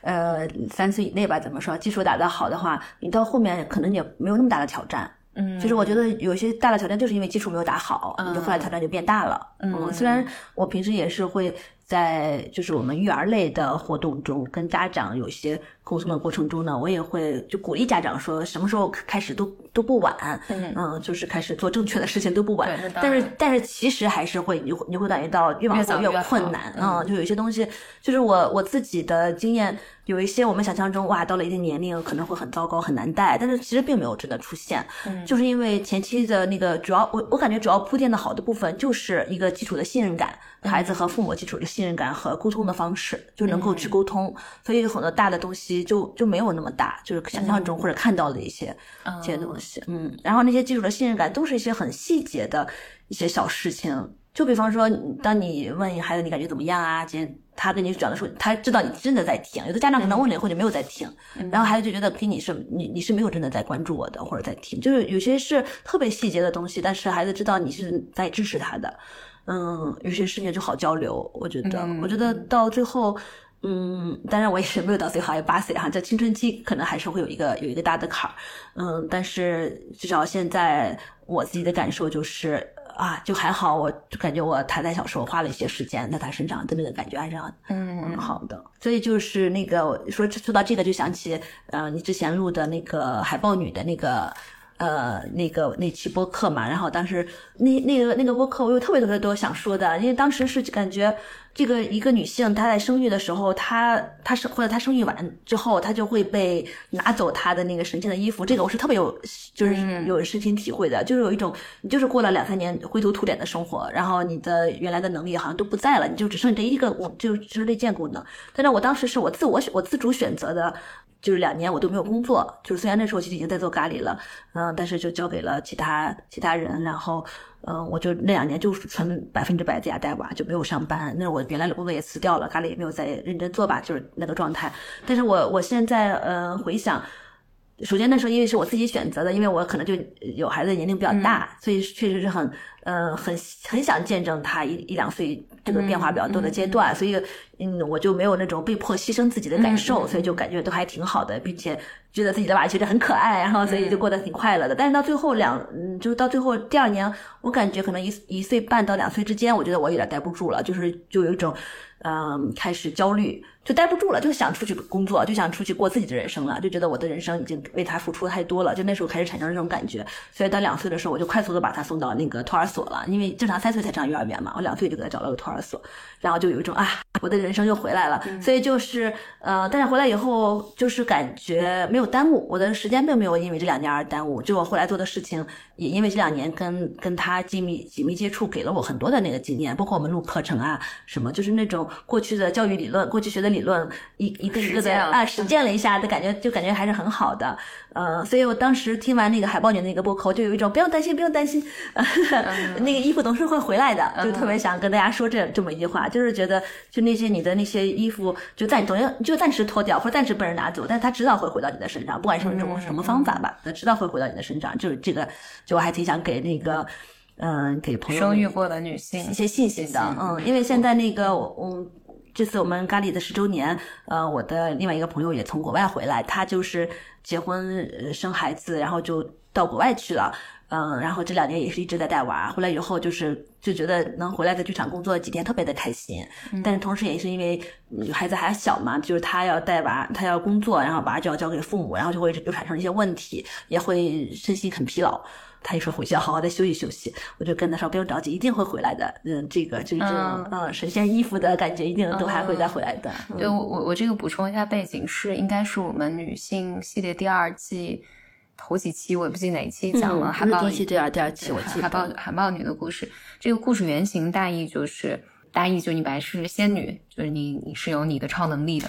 3岁以内吧，怎么说，基础打得好的话，你到后面可能也没有那么大的挑战。就是我觉得有些大的挑战就是因为基础没有打好，你就后来挑战就变大了。虽然我平时也是会在就是我们育儿类的活动中跟家长有一些沟通的过程中呢，我也会就鼓励家长说什么时候开始都不晚，就是开始做正确的事情都不晚。但是其实还是会你会感觉到越往后越困难就有一些东西，就是我自己的经验，有一些我们想象中到了一定年龄可能会很糟糕很难带，但是其实并没有真的出现。就是因为前期的那个主要我感觉主要铺垫的好的部分就是一个基础的信任感，孩子和父母基础的信任感和沟通的方式，就能够去沟通，所以很多大的东西就没有那么大，就是想象中或者看到的一些东西。然后那些基础的信任感都是一些很细节的一些小事情，就比方说当你问孩子你感觉怎么样啊，今天他跟你讲的时候，他知道你真的在听，有的家长可能问了以后就没有在听，然后孩子就觉得你是没有真的在关注我的或者在听，就是有些是特别细节的东西，但是孩子知道你是在支持他的。有些事情就好交流，我觉得到最后当然我也是没有到最后，也8岁这青春期可能还是会有一个大的坎儿。但是至少现在我自己的感受就是就还好，我就感觉我他在小时候花了一些时间在他身上的那个感觉还是很好的。所以就是那个说到这个就想起你之前录的那个海豹女的那期播客嘛，然后当时那个播客我有特别多想说的，因为当时是感觉这个一个女性她在生育的时候，她或者她生育完之后，她就会被拿走她的那个神圣的衣服，这个我是特别就是有身心体会的，就是有一种你就是过了2-3年灰头土脸的生活，然后你的原来的能力好像都不在了，你就只剩这一个就是内建功能。但是我当时是我自主选择的，就是2年我都没有工作，就是虽然那时候其实已经在做咖喱了，但是就交给了其他人，然后我就那2年就纯100%在家带娃，就没有上班。那我原来的工作也辞掉了，咖喱也没有再认真做吧，就是那个状态。但是我现在回想，首先那时候因为是我自己选择的，因为我可能就有孩子的年龄比较大，所以确实是很想见证他1-2岁这个变化比较多的阶段，所以我就没有那种被迫牺牲自己的感受，所以就感觉都还挺好的，并且觉得自己的娃其实很可爱，然后所以就过得挺快乐的。但是到最后就是到最后第2年，我感觉可能1岁半到2岁之间，我觉得我有点待不住了，就有一种开始焦虑，就待不住了，就想出去工作，就想出去过自己的人生了，就觉得我的人生已经为他付出太多了，就那时候开始产生这种感觉。所以到2岁的时候，我就快速的把他送到那个托儿所了，因为正常3岁才上幼儿园嘛，我2岁就给他找了个托儿所，然后就有一种我的人生又回来了。所以就是但是回来以后就是感觉没有耽误我的时间，并没有因为这2年而耽误，就我后来做的事情也因为这2年跟他紧密接触，给了我很多的那个经验，包括我们录课程什么，就是那种过去的教育理论，过去学的理论一个一个的实践了一下的感觉，就感觉还是很好的。所以我当时听完那个海豹女那个播客，就有一种不用担心那个衣服总是会回来的，就特别想跟大家说这么一句话，就是觉得就那些你的那些衣服就暂时脱掉或者暂时被人拿走，但是他迟早会回到你的身上，不管是用什么方法吧，他迟早会回到你的身上。就是这个就我还挺想给那个给朋友生育过的女性一些信心的。因为现在那个这次我们咖喱的10周年，我的另外一个朋友也从国外回来，他就是结婚生孩子，然后就到国外去了。然后这2年也是一直在带娃，回来以后就觉得能回来在剧场工作几天特别的开心，但是同时也是因为孩子还小嘛，就是他要带娃，他要工作，然后娃就要交给父母，然后就会产生一些问题，也会身心很疲劳。他一说回去要好好的休息休息，我就跟他说不用着急，一定会回来的。这个就是这种神仙衣服的感觉，一定都还会再回来的。 对，我这个补充一下背景应该是我们女性系列第2季头几期，我也不记得哪一期讲了海豹第1期第2期我记得海豹女的故事。这个故事原型大意就你本来是仙女，就是你是有你的超能力的。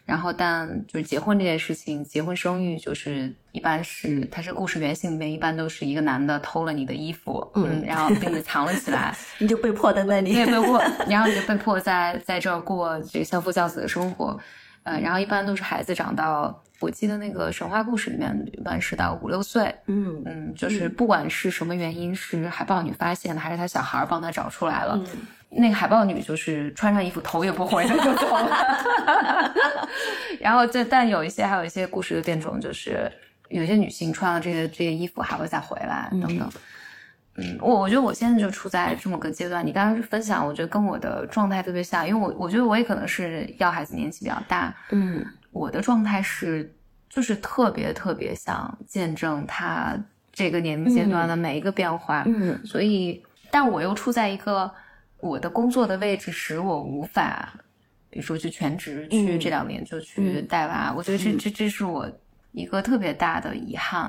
然后但就是结婚这件事情，结婚生育就是一般是它是故事原型里面一般都是一个男的偷了你的衣服，然后并且藏了起来， 你就被迫在那里， 对，被迫，然后你就被迫在这儿过这个相夫教子的生活，然后一般都是孩子长到，我记得那个神话故事里面一般是到5、6岁，就是不管是什么原因，是海豹女发现的，还是他小孩帮他找出来了。那个海豹女就是穿上衣服头也不回的就走了然后但还有一些故事的变种，就是有些女性穿了这些衣服还会再回来等等。我觉得我现在就处在这么个阶段，你刚刚分享我觉得跟我的状态特别像，因为我觉得我也可能是要孩子年纪比较大，我的状态是就是特别特别想见证他这个年龄阶段的每一个变化，所以但我又处在一个我的工作的位置使我无法比如说去全职去这2年就去带娃，我觉得这是我一个特别大的遗憾。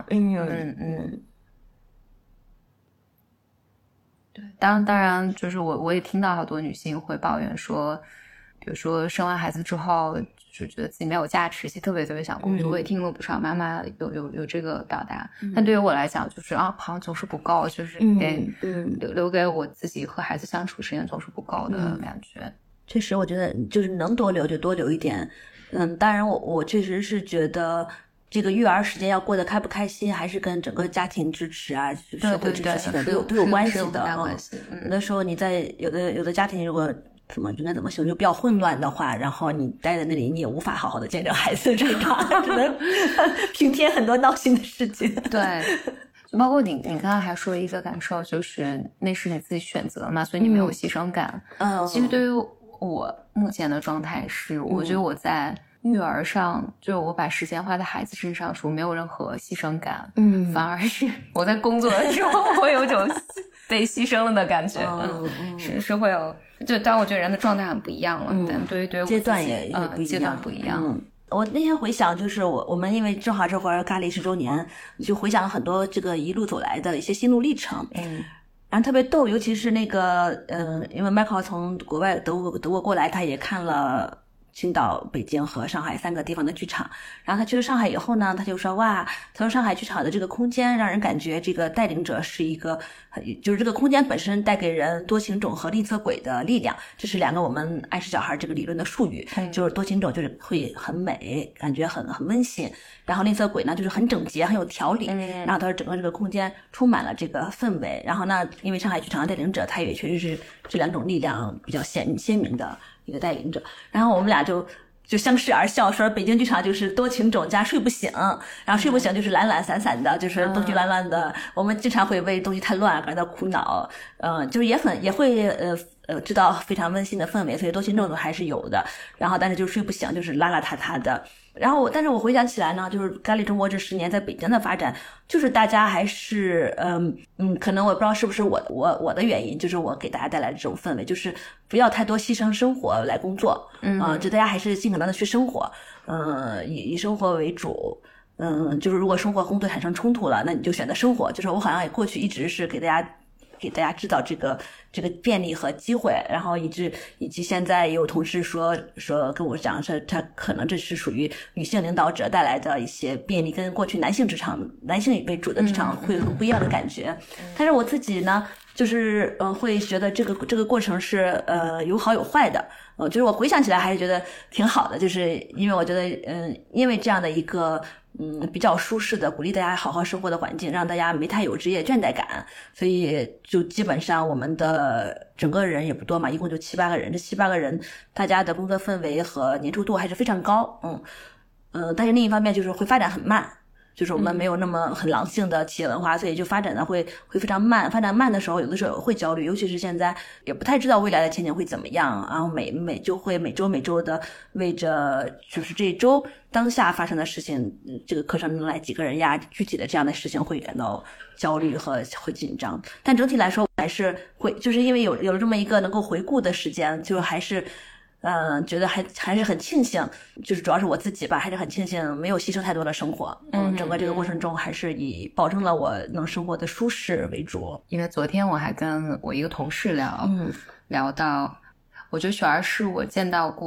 对，当然就是我也听到好多女性会抱怨说，比如说生完孩子之后就觉得自己没有价值，特别特别想工作，我也听了不少妈妈有这个表达，但对于我来讲就是好像总是不够，就是留给我自己和孩子相处时间总是不够的感觉。 确实我觉得就是能多留就多留一点。当然我确实是觉得这个育儿时间要过得开不开心，还是跟整个家庭支持啊、社会支持系统都有关系的。有的时候你在有的家庭如果应该怎么形容，就比较混乱的话，然后你待在那里，你也无法好好的见证孩子成长，只能平添很多闹心的事情。 对，就包括你刚刚还说一个感受，就是那是你自己选择嘛，所以你没有牺牲感。其实对于我目前的状态是，我觉得我在育儿上，就我把时间花在孩子身上，是我没有任何牺牲感，反而是我在工作的时候，我有种被牺牲了的感觉，是会有，就当我觉得人的状态很不一样了，但对于我阶段也不一样， 阶段不一样。 我那天回想，就是我们因为正好这会儿咖喱10周年，就回想了很多这个一路走来的一些心路历程，然后特别逗，尤其是那个因为 Michael 从国外德国过来，他也看了青岛、北京和上海3个地方的剧场，然后他去了上海以后呢，他就说哇，他说上海剧场的这个空间让人感觉这个带领者是一个，就是这个空间本身带给人多情种和吝啬鬼的力量，这是2个我们爱是小孩这个理论的术语，就是多情种就是会很美，感觉很温馨，然后吝啬鬼呢就是很整洁很有条理，然后他说整个这个空间充满了这个氛围，然后呢因为上海剧场的带领者他也确实是这2种力量比较鲜明的一个带领者，然后我们俩就相视而笑，说北京剧场就是多情种加睡不醒，然后睡不醒就是懒懒散散的，就是东西乱乱的，我们经常会为东西太乱而感到苦恼，就是也会知道非常温馨的氛围，所以多情种还是有的，然后但是就是睡不醒，就是邋邋遢遢的。然后但是我回想起来呢，就是咖喱中国这10年在北京的发展，就是大家还是可能我不知道是不是我的原因，就是我给大家带来的这种氛围，就是不要太多牺牲生活来工作，就大家还是尽可能的去生活，以生活为主，就是如果生活工作产生冲突了，那你就选择生活，就是我好像也过去一直是给大家制造这个便利和机会，然后以及现在也有同事说跟我讲，说他可能这是属于女性领导者带来的一些便利，跟过去男性为主的职场会很不一样的感觉。但是我自己呢，就是会觉得这个过程是有好有坏的，就是我回想起来还是觉得挺好的，就是因为我觉得因为这样的一个比较舒适的鼓励大家好好生活的环境，让大家没太有职业倦怠感，所以就基本上我们的整个人也不多嘛，一共就7、8个人，这7、8个人大家的工作氛围和粘稠度还是非常高，但是另一方面就是会发展很慢，就是我们没有那么很狼性的企业文化，所以就发展的会非常慢，发展慢的时候有的时候会焦虑，尤其是现在也不太知道未来的前景会怎么样，然后每周的为着就是这一周当下发生的事情，这个课程能来几个人呀，具体的这样的事情会感到焦虑和会紧张，但整体来说还是会，就是因为有了这么一个能够回顾的时间，就还是觉得还是很庆幸，就是主要是我自己吧，还是很庆幸没有牺牲太多的生活，整个这个过程中还是以保证了我能生活的舒适为主。 因为昨天我还跟我一个同事聊到，我觉得雪儿是我见到过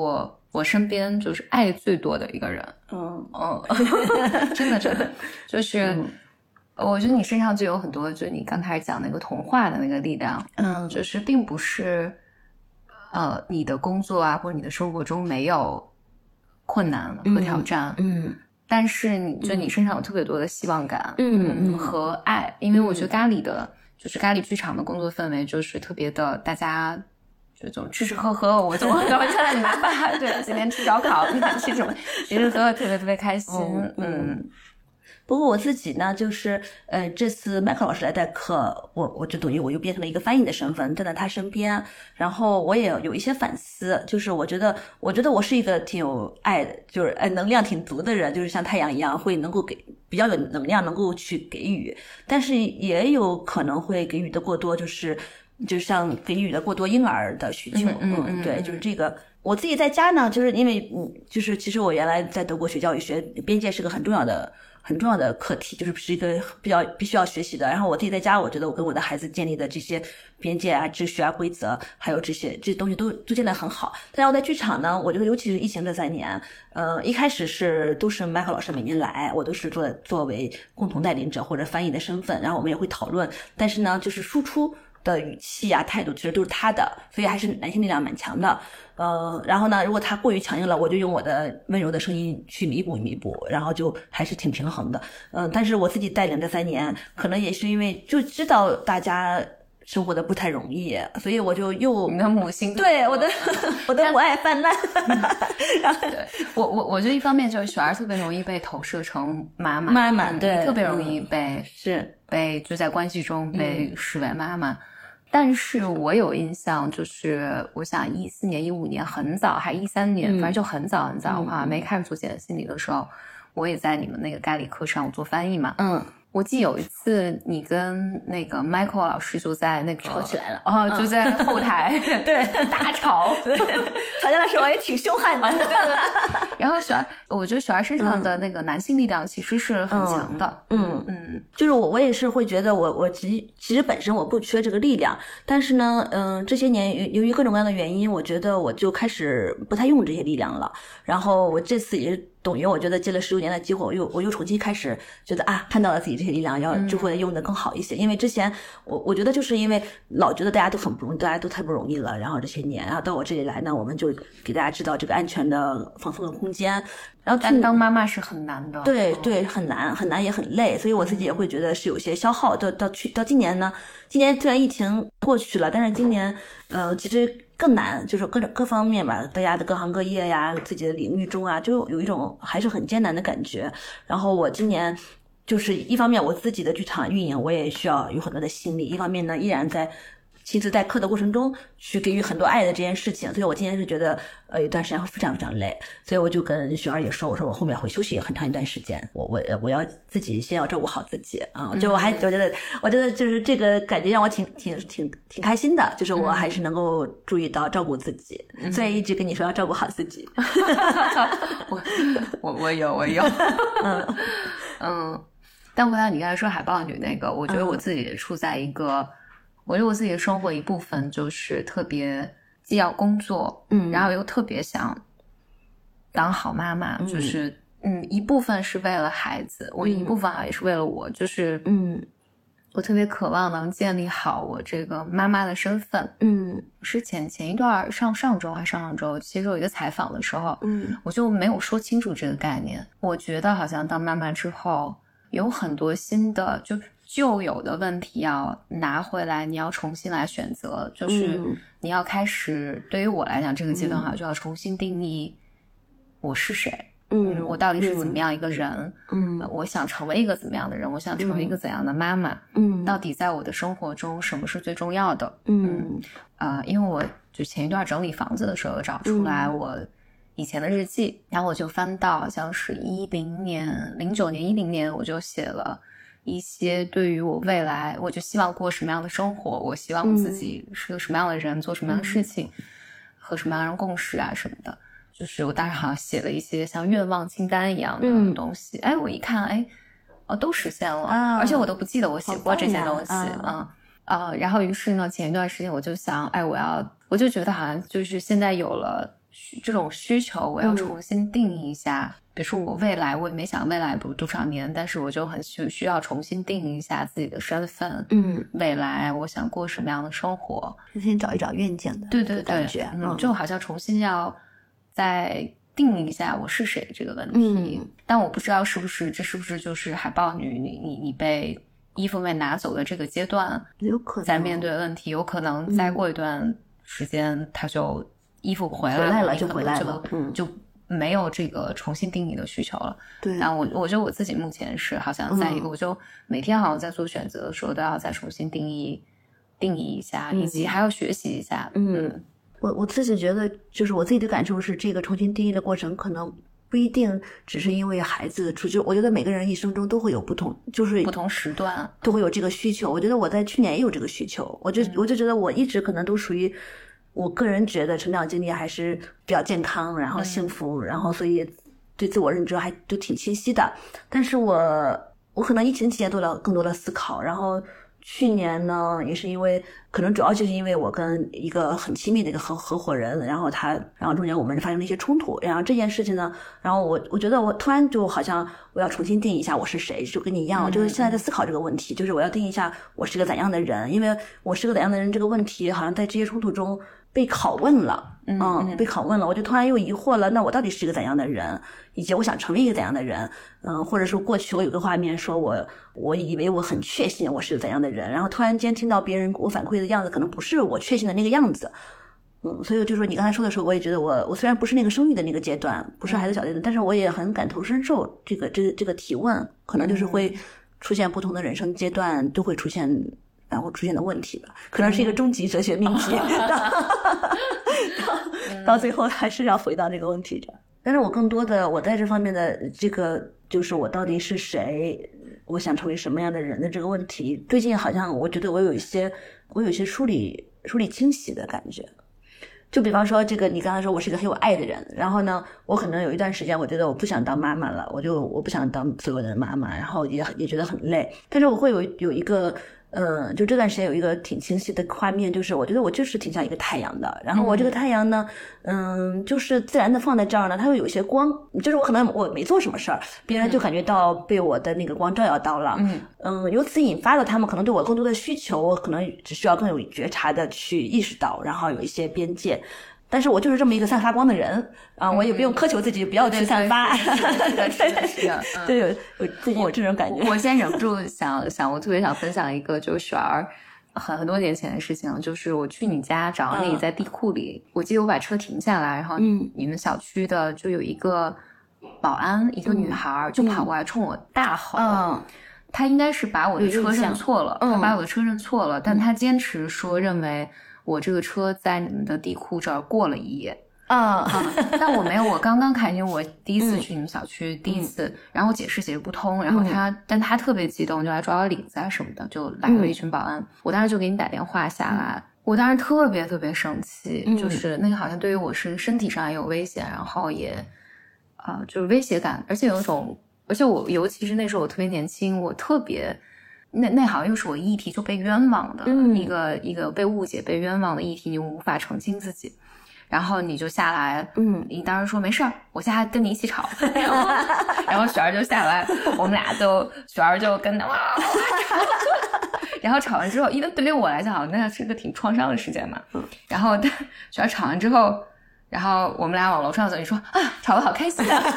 我身边就是爱最多的一个人。真的就是、我觉得你身上就有很多，就是你刚开始讲那个童话的那个力量。就是并不是你的工作啊或者你的生活中没有困难和挑战，但是你身上有特别多的希望感，和爱。因为我觉得咖喱剧场的工作氛围就是特别的，大家就这种吃吃喝喝，我看到你妈妈对今天吃烧烤，你吃什么，吃吃喝喝特别特别开心。 不过我自己呢，就是这次麦克老师来代课，我就等于我又变成了一个翻译的身份，站在他身边，然后我也有一些反思，就是我觉得我是一个挺有爱的，就是能量挺足的人，就是像太阳一样会能够给比较有能量，能够去给予，但是也有可能会给予的过多，就像给予的过多婴儿的需求。对，就是这个。我自己在家呢，就是因为就是其实我原来在德国学教育学，边界是个很重要的课题，就是一个必须要学习的。然后我自己在家，我觉得我跟我的孩子建立的这些边界啊、秩序啊、规则，还有这些东西都建得很好。但是我在剧场呢，我觉得尤其是疫情这3年，一开始都是麦克老师每年来，我都是作为共同带领者或者翻译的身份，然后我们也会讨论。但是呢，就是输出的语气啊、态度其实都是他的，所以还是男性力量蛮强的。然后呢，如果他过于强硬了，我就用我的温柔的声音去弥补，然后就还是挺平衡的。但是我自己带领这3年，可能也是因为就知道大家生活的不太容易，所以我就又你的母亲对我的母爱泛滥。然后我觉得一方面就是雪儿特别容易被投射成妈妈， 对， 特别容易被就在关系中被视为妈妈。但是我有印象，就是我想14年、15年很早，还是13年，反正就很早很早哈，没开始做简心理的时候，我也在你们那个咖喱课上我做翻译嘛。我记得有一次你跟那个 Michael 老师就在那个吵起来了， 就在后台对大吵， 吵架的时候也挺凶悍的。 对。然后我觉得雪儿身上的那个男性力量其实是很强的。 就是我也是会觉得我其实本身我不缺这个力量，但是呢，这些年由于各种各样的原因，我觉得我就开始不太用这些力量了。然后我这次也是等于我觉得借了15年的机会，我又重新开始觉得看到了自己这些力量，就会用的更好一些。因为之前我觉得就是因为老觉得大家都很不容易，大家都太不容易了，然后这些年，然后到我这里来呢，我们就给大家制造这个安全的放松的空间。然后但当妈妈是很难的， 对，很难也很累，所以我自己也会觉得是有些消耗。到今年呢，今年虽然疫情过去了，但是今年其实更难，就是各方面吧，大家的各行各业呀，自己的领域中啊，就有一种还是很艰难的感觉。然后我今年就是一方面我自己的剧场运营，我也需要有很多的心力，一方面呢依然在亲自代课的过程中去给予很多爱的这件事情，所以我今天是觉得有段时间会非常非常累，所以我就跟雪儿也说，我说我后面会休息很长一段时间，我要自己先要照顾好自己啊。就我觉得就是这个感觉让我挺开心的，就是我还是能够注意到照顾自己，所以一直跟你说要照顾好自己。 我有但回到你刚才说海豹女那个，我觉得我自己也处在一个我觉得我自己的生活一部分就是特别既要工作，然后又特别想当好妈妈，就是一部分是为了孩子，我一部分也是为了我，就是我特别渴望能建立好我这个妈妈的身份。是前一段上周还上周，其实有一个采访的时候，我就没有说清楚这个概念。我觉得好像当妈妈之后，有很多新的旧有的问题要拿回来，你要重新来选择，就是你要开始，对于我来讲这个阶段就要重新定义我是谁，我到底是怎么样一个人，我想成为一个怎么样的人，我想成为一个怎样的妈妈，到底在我的生活中什么是最重要的。因为我就前一段整理房子的时候找出来我以前的日记，然后我就翻到好像是09年10年，我就写了一些对于我未来我就希望过什么样的生活，我希望自己是个什么样的人，做什么样的事情，和什么样的人共事啊什么的，就是我当时好像写了一些像愿望清单一样的东西。我一看都实现了，而且我都不记得我写过这些东西。然后于是呢前一段时间我就想我就觉得好像就是现在有了这种需求，我要重新定义一下。比如说我未来，我也没想未来多少年，但是我就很需要重新定义一下自己的身份。未来我想过什么样的生活， 先找一找愿景的， 对对对， 感觉， 就好像重新要再定义一下我是谁这个问题。但我不知道这是不是就是海豹女你被衣服被拿走的这个阶段， 有可能在面对问题，有可能再过一段时间，他就衣服回来了就回来了， 就没有这个重新定义的需求了。 对， 但我觉得我自己目前是好像在一个，我就每天好像在做选择的时候都要再重新定义一下，以及还要学习一下。 我自己觉得，就是我自己的感受是，这个重新定义的过程可能不一定只是因为孩子的出就我觉得每个人一生中都会有不同，就是不同时段都会有这个需求。我觉得我在去年也有这个需求，我就觉得我一直可能都属于。我个人觉得成长经历还是比较健康，然后幸福，然后所以对自我认知还都挺清晰的。但是我可能疫情期间做了更多的思考，然后去年呢也是因为可能主要就是因为我跟一个很亲密的一个合伙人，然后中间我们发生了一些冲突，然后这件事情呢，然后我觉得我突然就好像我要重新定义一下我是谁，就跟你一样，我就是现在在思考这个问题，就是我要定义一下我是个怎样的人，因为我是个怎样的人这个问题好像在这些冲突中被拷问了，被拷问了，我就突然又疑惑了，那我到底是一个怎样的人，以及我想成为一个怎样的人，或者说过去我有个画面说我以为我很确信我是怎样的人，然后突然间听到别人给我反馈的样子可能不是我确信的那个样子，所以就是说你刚才说的时候，我也觉得我虽然不是那个生育的那个阶段，不是孩子小阶段，但是我也很感同身受这个提问，可能就是会出现不同的人生阶段都会出现然后出现的问题吧，可能是一个终极哲学命题，到最后还是要回到这个问题上。但是我更多的我在这方面的这个就是我到底是谁，我想成为什么样的人的这个问题，最近好像我觉得我有一些梳理清晰的感觉。就比方说这个你刚才说我是一个很有爱的人，然后呢我可能有一段时间我觉得我不想当妈妈了，我不想当所有人的妈妈，然后也觉得很累，但是我会有一个就这段时间有一个挺清晰的画面，就是我觉得我就是挺像一个太阳的，然后我这个太阳呢就是自然的放在这儿呢，它会有一些光，就是我可能我没做什么事儿，别人就感觉到被我的那个光照耀到了，由此引发了他们可能对我更多的需求，我可能只需要更有觉察的去意识到，然后有一些边界。但是我就是这么一个散发光的人啊，我也不用苛求自己不要去散发。对，有最近有这种感觉。 我现在忍不住想，我特别想分享一个，就是雪儿很多年前的事情，就是我去你家找你在地库里，我记得我把车停下来，然后你们小区的就有一个保安，一个女孩就跑过来冲我大吼。她应该是把我的车认错了，她把我的车认错了，但她坚持说认为我这个车在你们的地库这儿过了一夜。但我没有，我刚刚看，因为我第一次去你们小区，第一次，然后解释不通，然后但他特别激动，就来抓我领子啊什么的，就来了一群保安，我当时就给你打电话下来，我当时特别特别生气，就是那个好像对于我是身体上也有危险，然后也就是威胁感，而且有一种，而且我尤其是那时候我特别年轻，我特别那好像又是我议题就被冤枉的一个被误解被冤枉的议题，你无法澄清自己。然后你就下来，你当时说没事儿，我下来跟你一起吵，然后雪儿就下来，我们俩就雪儿就跟他然后吵完之后，因为对于我来讲，那是个挺创伤的事件嘛，然后雪儿吵完之后，然后我们俩往楼上走，你说啊，吵得好开心啊，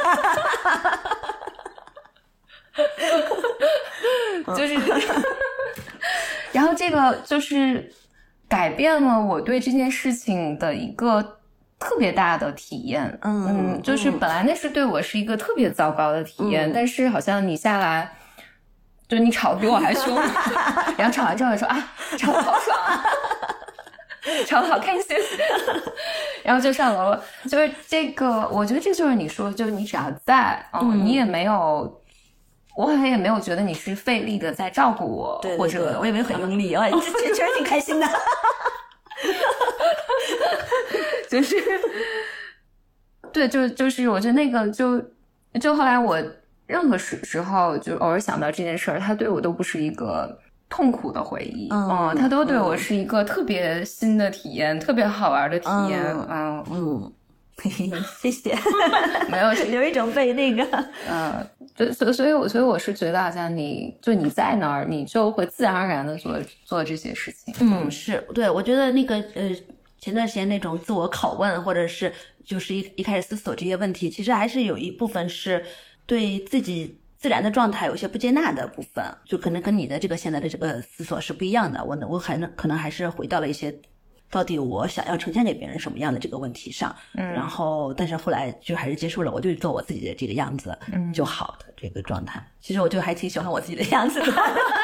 就是，然后这个就是改变了我对这件事情的一个特别大的体验，就是本来那是对我是一个特别糟糕的体验，但是好像你下来，就你吵得比我还凶，然后吵完之后你说啊，吵得好爽啊，吵得好开心，然后就上楼了。就是这个，我觉得这就是你说，就是你只要在，你也没有。我好像也没有觉得你是费力的在照顾我， 对或者我也没有很用力，确实挺开心的。 就是对，就是我觉得那个就后来我任何时候就偶尔想到这件事儿，它对我都不是一个痛苦的回忆，它都对我是一个特别新的体验，特别好玩的体验， 谢谢。 没有有一种被那个所以我是觉得好像你在那儿，你就会自然而然的做这些事情。 是对，我觉得那个前段时间那种自我拷问，或者是就是一开始思索这些问题，其实还是有一部分是对自己自然的状态有些不接纳的部分，就可能跟你的这个现在的这个思索是不一样的。我可能还是回到了一些到底我想要呈现给别人什么样的这个问题上，然后但是后来就还是接受了，我就做我自己的这个样子就好的这个状态。其实我就还挺喜欢我自己的样子的。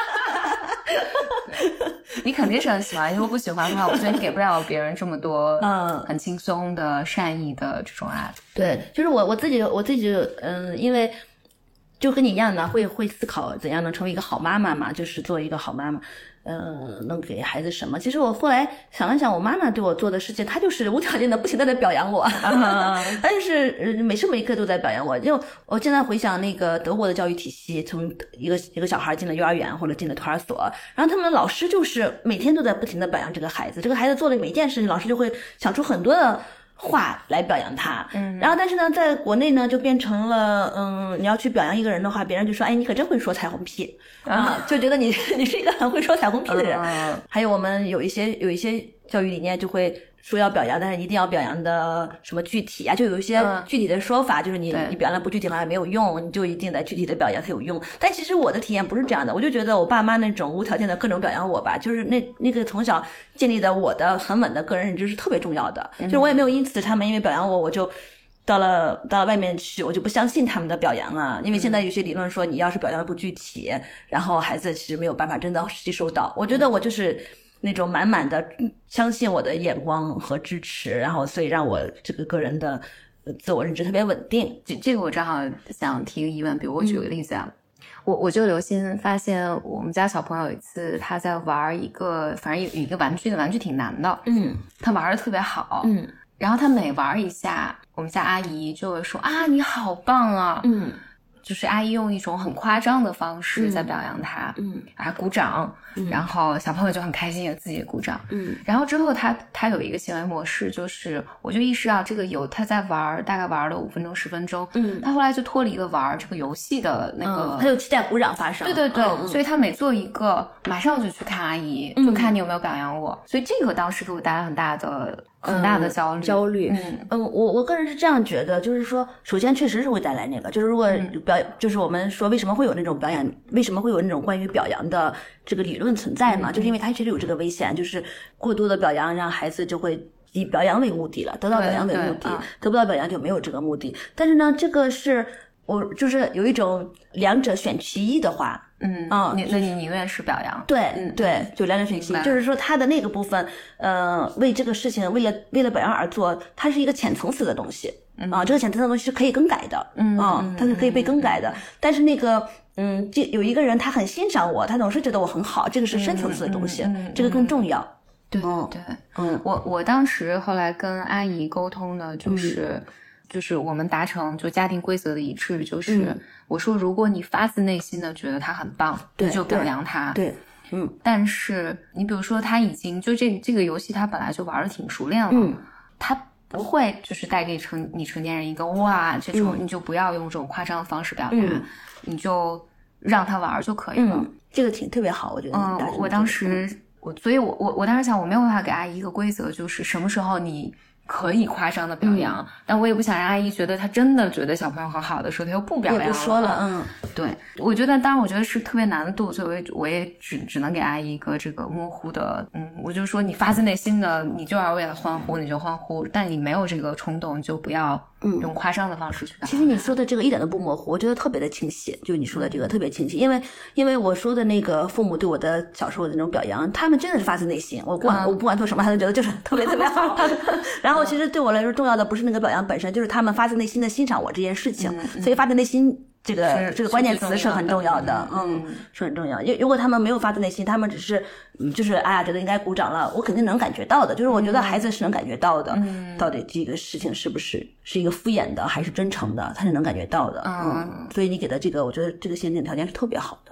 你肯定是很喜欢，如果不喜欢的话，我觉得你给不了别人这么多很轻松的善意的这种爱。 对，就是我自己因为就跟你一样的会思考怎样能成为一个好妈妈嘛，就是做一个好妈妈能给孩子什么。其实我后来想了想，我妈妈对我做的事情，她就是无条件的不停的在表扬我，她就是每时每刻都在表扬我。就我现在回想那个德国的教育体系，从一个小孩进了幼儿园或者进了托儿所，然后他们的老师就是每天都在不停的表扬这个孩子，这个孩子做的每一件事情，老师就会想出很多的话来表扬他。然后但是呢在国内呢就变成了你要去表扬一个人的话，别人就说，哎，你可真会说彩虹屁就觉得你是一个很会说彩虹屁的人。还有我们有一些教育理念就会说要表扬，但是一定要表扬的什么具体啊，就有一些具体的说法，就是你表扬不具体的话没有用，你就一定得具体的表扬才有用。但其实我的体验不是这样的，我就觉得我爸妈那种无条件的各种表扬我吧，就是那个从小建立的我的很稳的个人认知是特别重要的。就是我也没有因此他们因为表扬我就到了外面去，我就不相信他们的表扬了。因为现在有些理论说，你要是表扬不具体，然后孩子其实没有办法真的吸收到。我觉得我就是那种满满的相信我的眼光和支持，然后所以让我这个个人的自我认知特别稳定。 这个我正好想提个疑问，比如我举个例子啊，我就留心发现我们家小朋友有一次他在玩一个，反正有一个玩具挺难的，他玩的特别好，然后他每玩一下，我们家阿姨就会说啊，你好棒啊，就是阿姨用一种很夸张的方式在表扬他，鼓掌，然后小朋友就很开心，也自己也鼓掌，然后之后他有一个行为模式，就是我就意识到这个他在玩，大概玩了5分钟10分钟，他后来就脱离了玩这个游戏的那个， 他就期待鼓掌发生， 对，所以他每做一个，马上就去看阿姨，就看你有没有表扬我，所以这个当时给我带来很大的焦虑。 我个人是这样觉得，就是说，首先确实是会带来那个，就是如果就是我们说为什么会有那种表扬，为什么会有那种关于表扬的这个理论存在嘛？就是因为它确实有这个危险，就是过多的表扬让孩子就会以表扬为目的了，得到表扬为目的，得不到表扬就没有这个目的。但是呢，这个是我就是有一种两者选其一的话。 那你宁愿是表扬？ 对，就两者选其一，就是说他的那个部分，为这个事情，为了表扬而做，它是一个浅层次的东西这个浅层次的东西是可以更改的，它是可以被更改的。但是那个，有一个人他很欣赏我，他总是觉得我很好，这个是深层次的东西，这个更重要。 对，我当时后来跟阿姨沟通的就是我们达成就家庭规则的一致，就是我说如果你发自内心的觉得他很棒，你就表扬他。对，但是你比如说他已经就这个游戏他本来就玩的挺熟练了，他不会就是带给你成年人一个哇这种，你就不要用这种夸张的方式表达，你就让他玩就可以了。 这个特别好，我觉得。 我当时所以我当时想，我没有办法给阿姨一个规则，就是什么时候你可以夸张的表扬，但我也不想让阿姨觉得她真的觉得小朋友很好的时候，她又不表扬了， 也不说了。 对，我觉得当然我觉得是特别难度，所以我也只能给阿姨一个这个模糊的，我就说你发自内心的，你就要为了欢呼你就欢呼，但你没有这个冲动，你就不要用夸张的方式去表扬。 其实你说的这个一点都不模糊，我觉得特别的清晰，就你说的这个特别清晰，因为我说的那个父母对我的小时候的那种表扬，他们真的是发自内心，我不管做什么，他都觉得就是特别特别好。然后其实对我来说重要的不是那个表扬本身，就是他们发自内心的欣赏我这件事情，所以发自内心这个关键词是很重要的，是很重要。如果他们没有发自内心，他们只是就是哎呀觉得应该鼓掌了，我肯定能感觉到的，就是我觉得孩子是能感觉到的，到底这个事情是不是一个敷衍的还是真诚的，他是能感觉到的。所以你给的这个，我觉得这个先定条件是特别好的。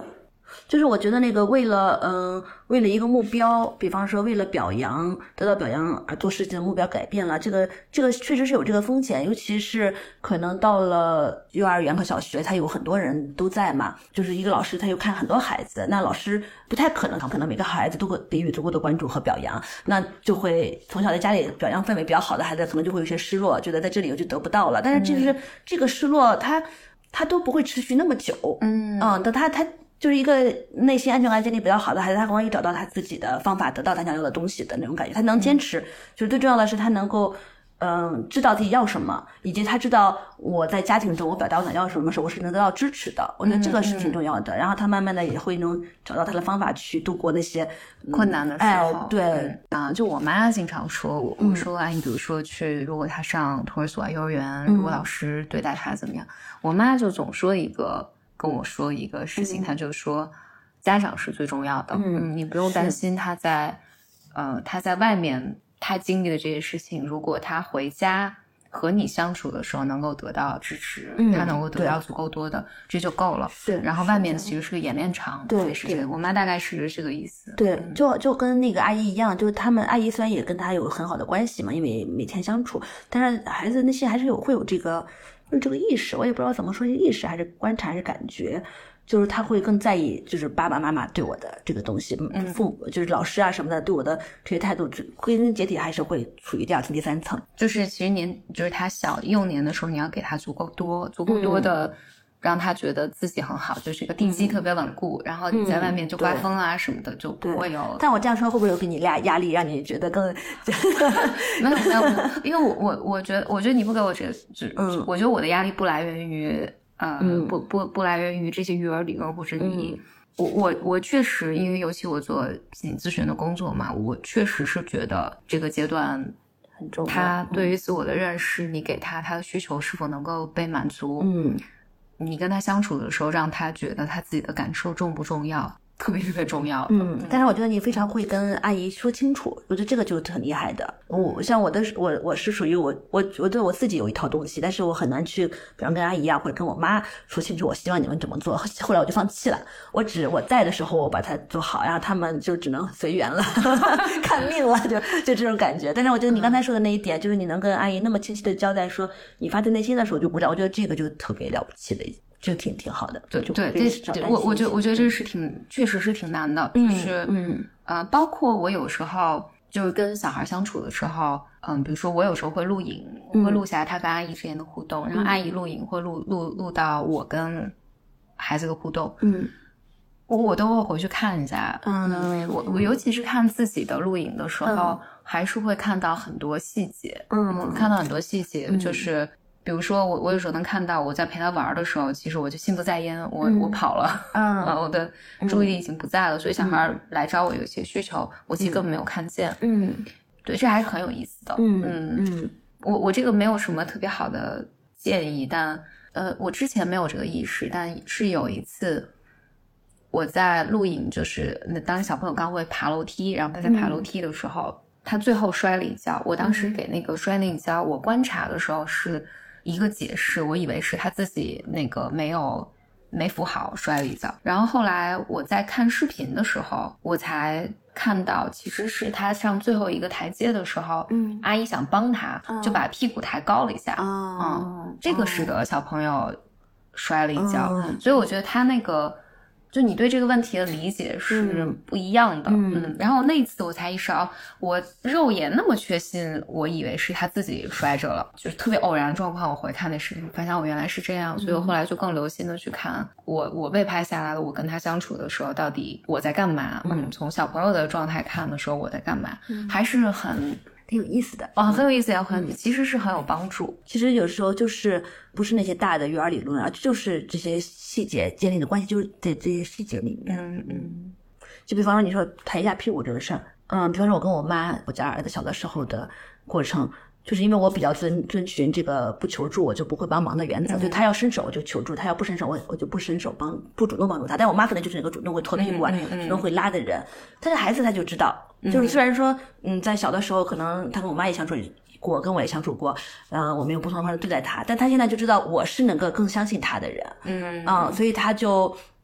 就是我觉得那个为了一个目标，比方说为了表扬得到表扬而做事情的目标改变了，这个确实是有这个风险，尤其是可能到了幼儿园和小学，他有很多人都在嘛，就是一个老师他又看很多孩子，那老师不太可能每个孩子都会给予足够的关注和表扬，那就会从小在家里表扬氛围比较好的孩子可能就会有些失落，觉得在这里我就得不到了，但是其实这个失落他都不会持续那么久，等他就是一个内心安全感建立比较好的孩子，他很容易找到他自己的方法，得到他想要的东西的那种感觉，他能坚持，就是最重要的是他能够知道自己要什么，以及他知道我在家庭中我表达我想要什么时候我是能得到支持的，我觉得这个是挺重要的，然后他慢慢的也会能找到他的方法去度过那些困难的时候。 对就我妈经常说我说你比如说如果他上托儿所幼儿园，如果老师对待他怎么样，我妈就总跟我说一个事情，她就说家长是最重要的，你不用担心他在外面他经历的这些事情，如果他回家和你相处的时候能够得到支持，他能够得到足够多的，这就够了。 对， 然后外面其实是个演练场。 对， 是这个。我妈大概是这个意思。 对，就跟那个阿姨一样，就是他们阿姨虽然也跟他有很好的关系嘛，因为每天相处，但是孩子那些还是会有这个意识，我也不知道怎么说，意识还是观察还是感觉。就是他会更在意，就是爸爸妈妈对我的这个东西，父母就是老师啊什么的对我的这些态度，归根结底还是会处于第二层、第三层。 就是其实就是他幼年的时候，你要给他足够多的，让他觉得自己很好，就是一个地基特别稳固，然后你在外面就刮风啊什么的就不会有。 但我这样说会不会有给你压力，让你觉得更没有，因为我觉得你不给我这个，我觉得我的压力不来源于。不来源于这些育儿理论或者你，我确实，因为尤其我做心理咨询的工作嘛，我确实是觉得这个阶段很重要。 他对于自我的认识，你给他的需求是否能够被满足？你跟他相处的时候，让他觉得他自己的感受重不重要？特别重要。 但是我觉得你非常会跟阿姨说清楚，我觉得这个就很厉害的。像我是属于我对我自己有一套东西，但是我很难去比方跟阿姨啊或者跟我妈说清楚我希望你们怎么做，后来我就放弃了，我在的时候我把它做好，然后他们就只能随缘了看命了，就这种感觉。但是我觉得你刚才说的那一点，就是你能跟阿姨那么清晰的交代说你发自内心的时候就鼓掌，我觉得这个就特别了不起的，就挺好的。 对，我觉得这是确实是挺难的，就是包括我有时候就是跟小孩相处的时候，比如说我有时候会录影，会录下他跟阿姨之间的互动，然后阿姨录影会录到我跟孩子的互动，我都会回去看一下，我尤其是看自己的录影的时候，还是会看到很多细节，看到很多细节，就是比如说我有时候能看到我在陪他玩的时候，其实我就心不在焉，我跑了，我的注意力已经不在了，所以小孩来找我有一些需求，我其实根本没有看见，对，这还是很有意思的，我这个没有什么特别好的建议，但我之前没有这个意识，但是有一次我在录影，就是当小朋友刚会爬楼梯，然后他在爬楼梯的时候，他最后摔了一跤，我当时给那个摔那一跤，我观察的时候是一个解释，我以为是他自己那个没扶好摔了一跤，然后后来我在看视频的时候，我才看到其实是他上最后一个台阶的时候，阿姨想帮他，就把屁股抬高了一下，这个使得小朋友摔了一跤，所以我觉得他那个就你对这个问题的理解是不一样的，然后那一次我才意识到，我肉眼那么确信，我以为是他自己摔着了，就是特别偶然的状况，我回看那视频，发现我原来是这样，所以我后来就更留心的去看我被拍下来了，我跟他相处的时候到底我在干嘛，从小朋友的状态看的时候我在干嘛，还是挺有意思的，很有意思，其实是很有帮助。 其实有时候就是不是那些大的育儿理论啊，就是这些细节建立的关系，就是在这些细节里面。就比方说你说抬一下屁股这个事儿，比方说我跟我妈我家儿子小的时候的过程，就是因为我比较遵循这个不求助我就不会帮忙的原则，就他要伸手我就求助，他要不伸手我就不伸手不主动帮助他。但我妈可能就是那个主动会拖屁股啊，主动会拉的人。但是孩子他就知道，就是虽然说在小的时候可能他跟我妈也相处过，跟我也相处过，我们用不同的方式对待他，但他现在就知道我是能够更相信他的人，所以他就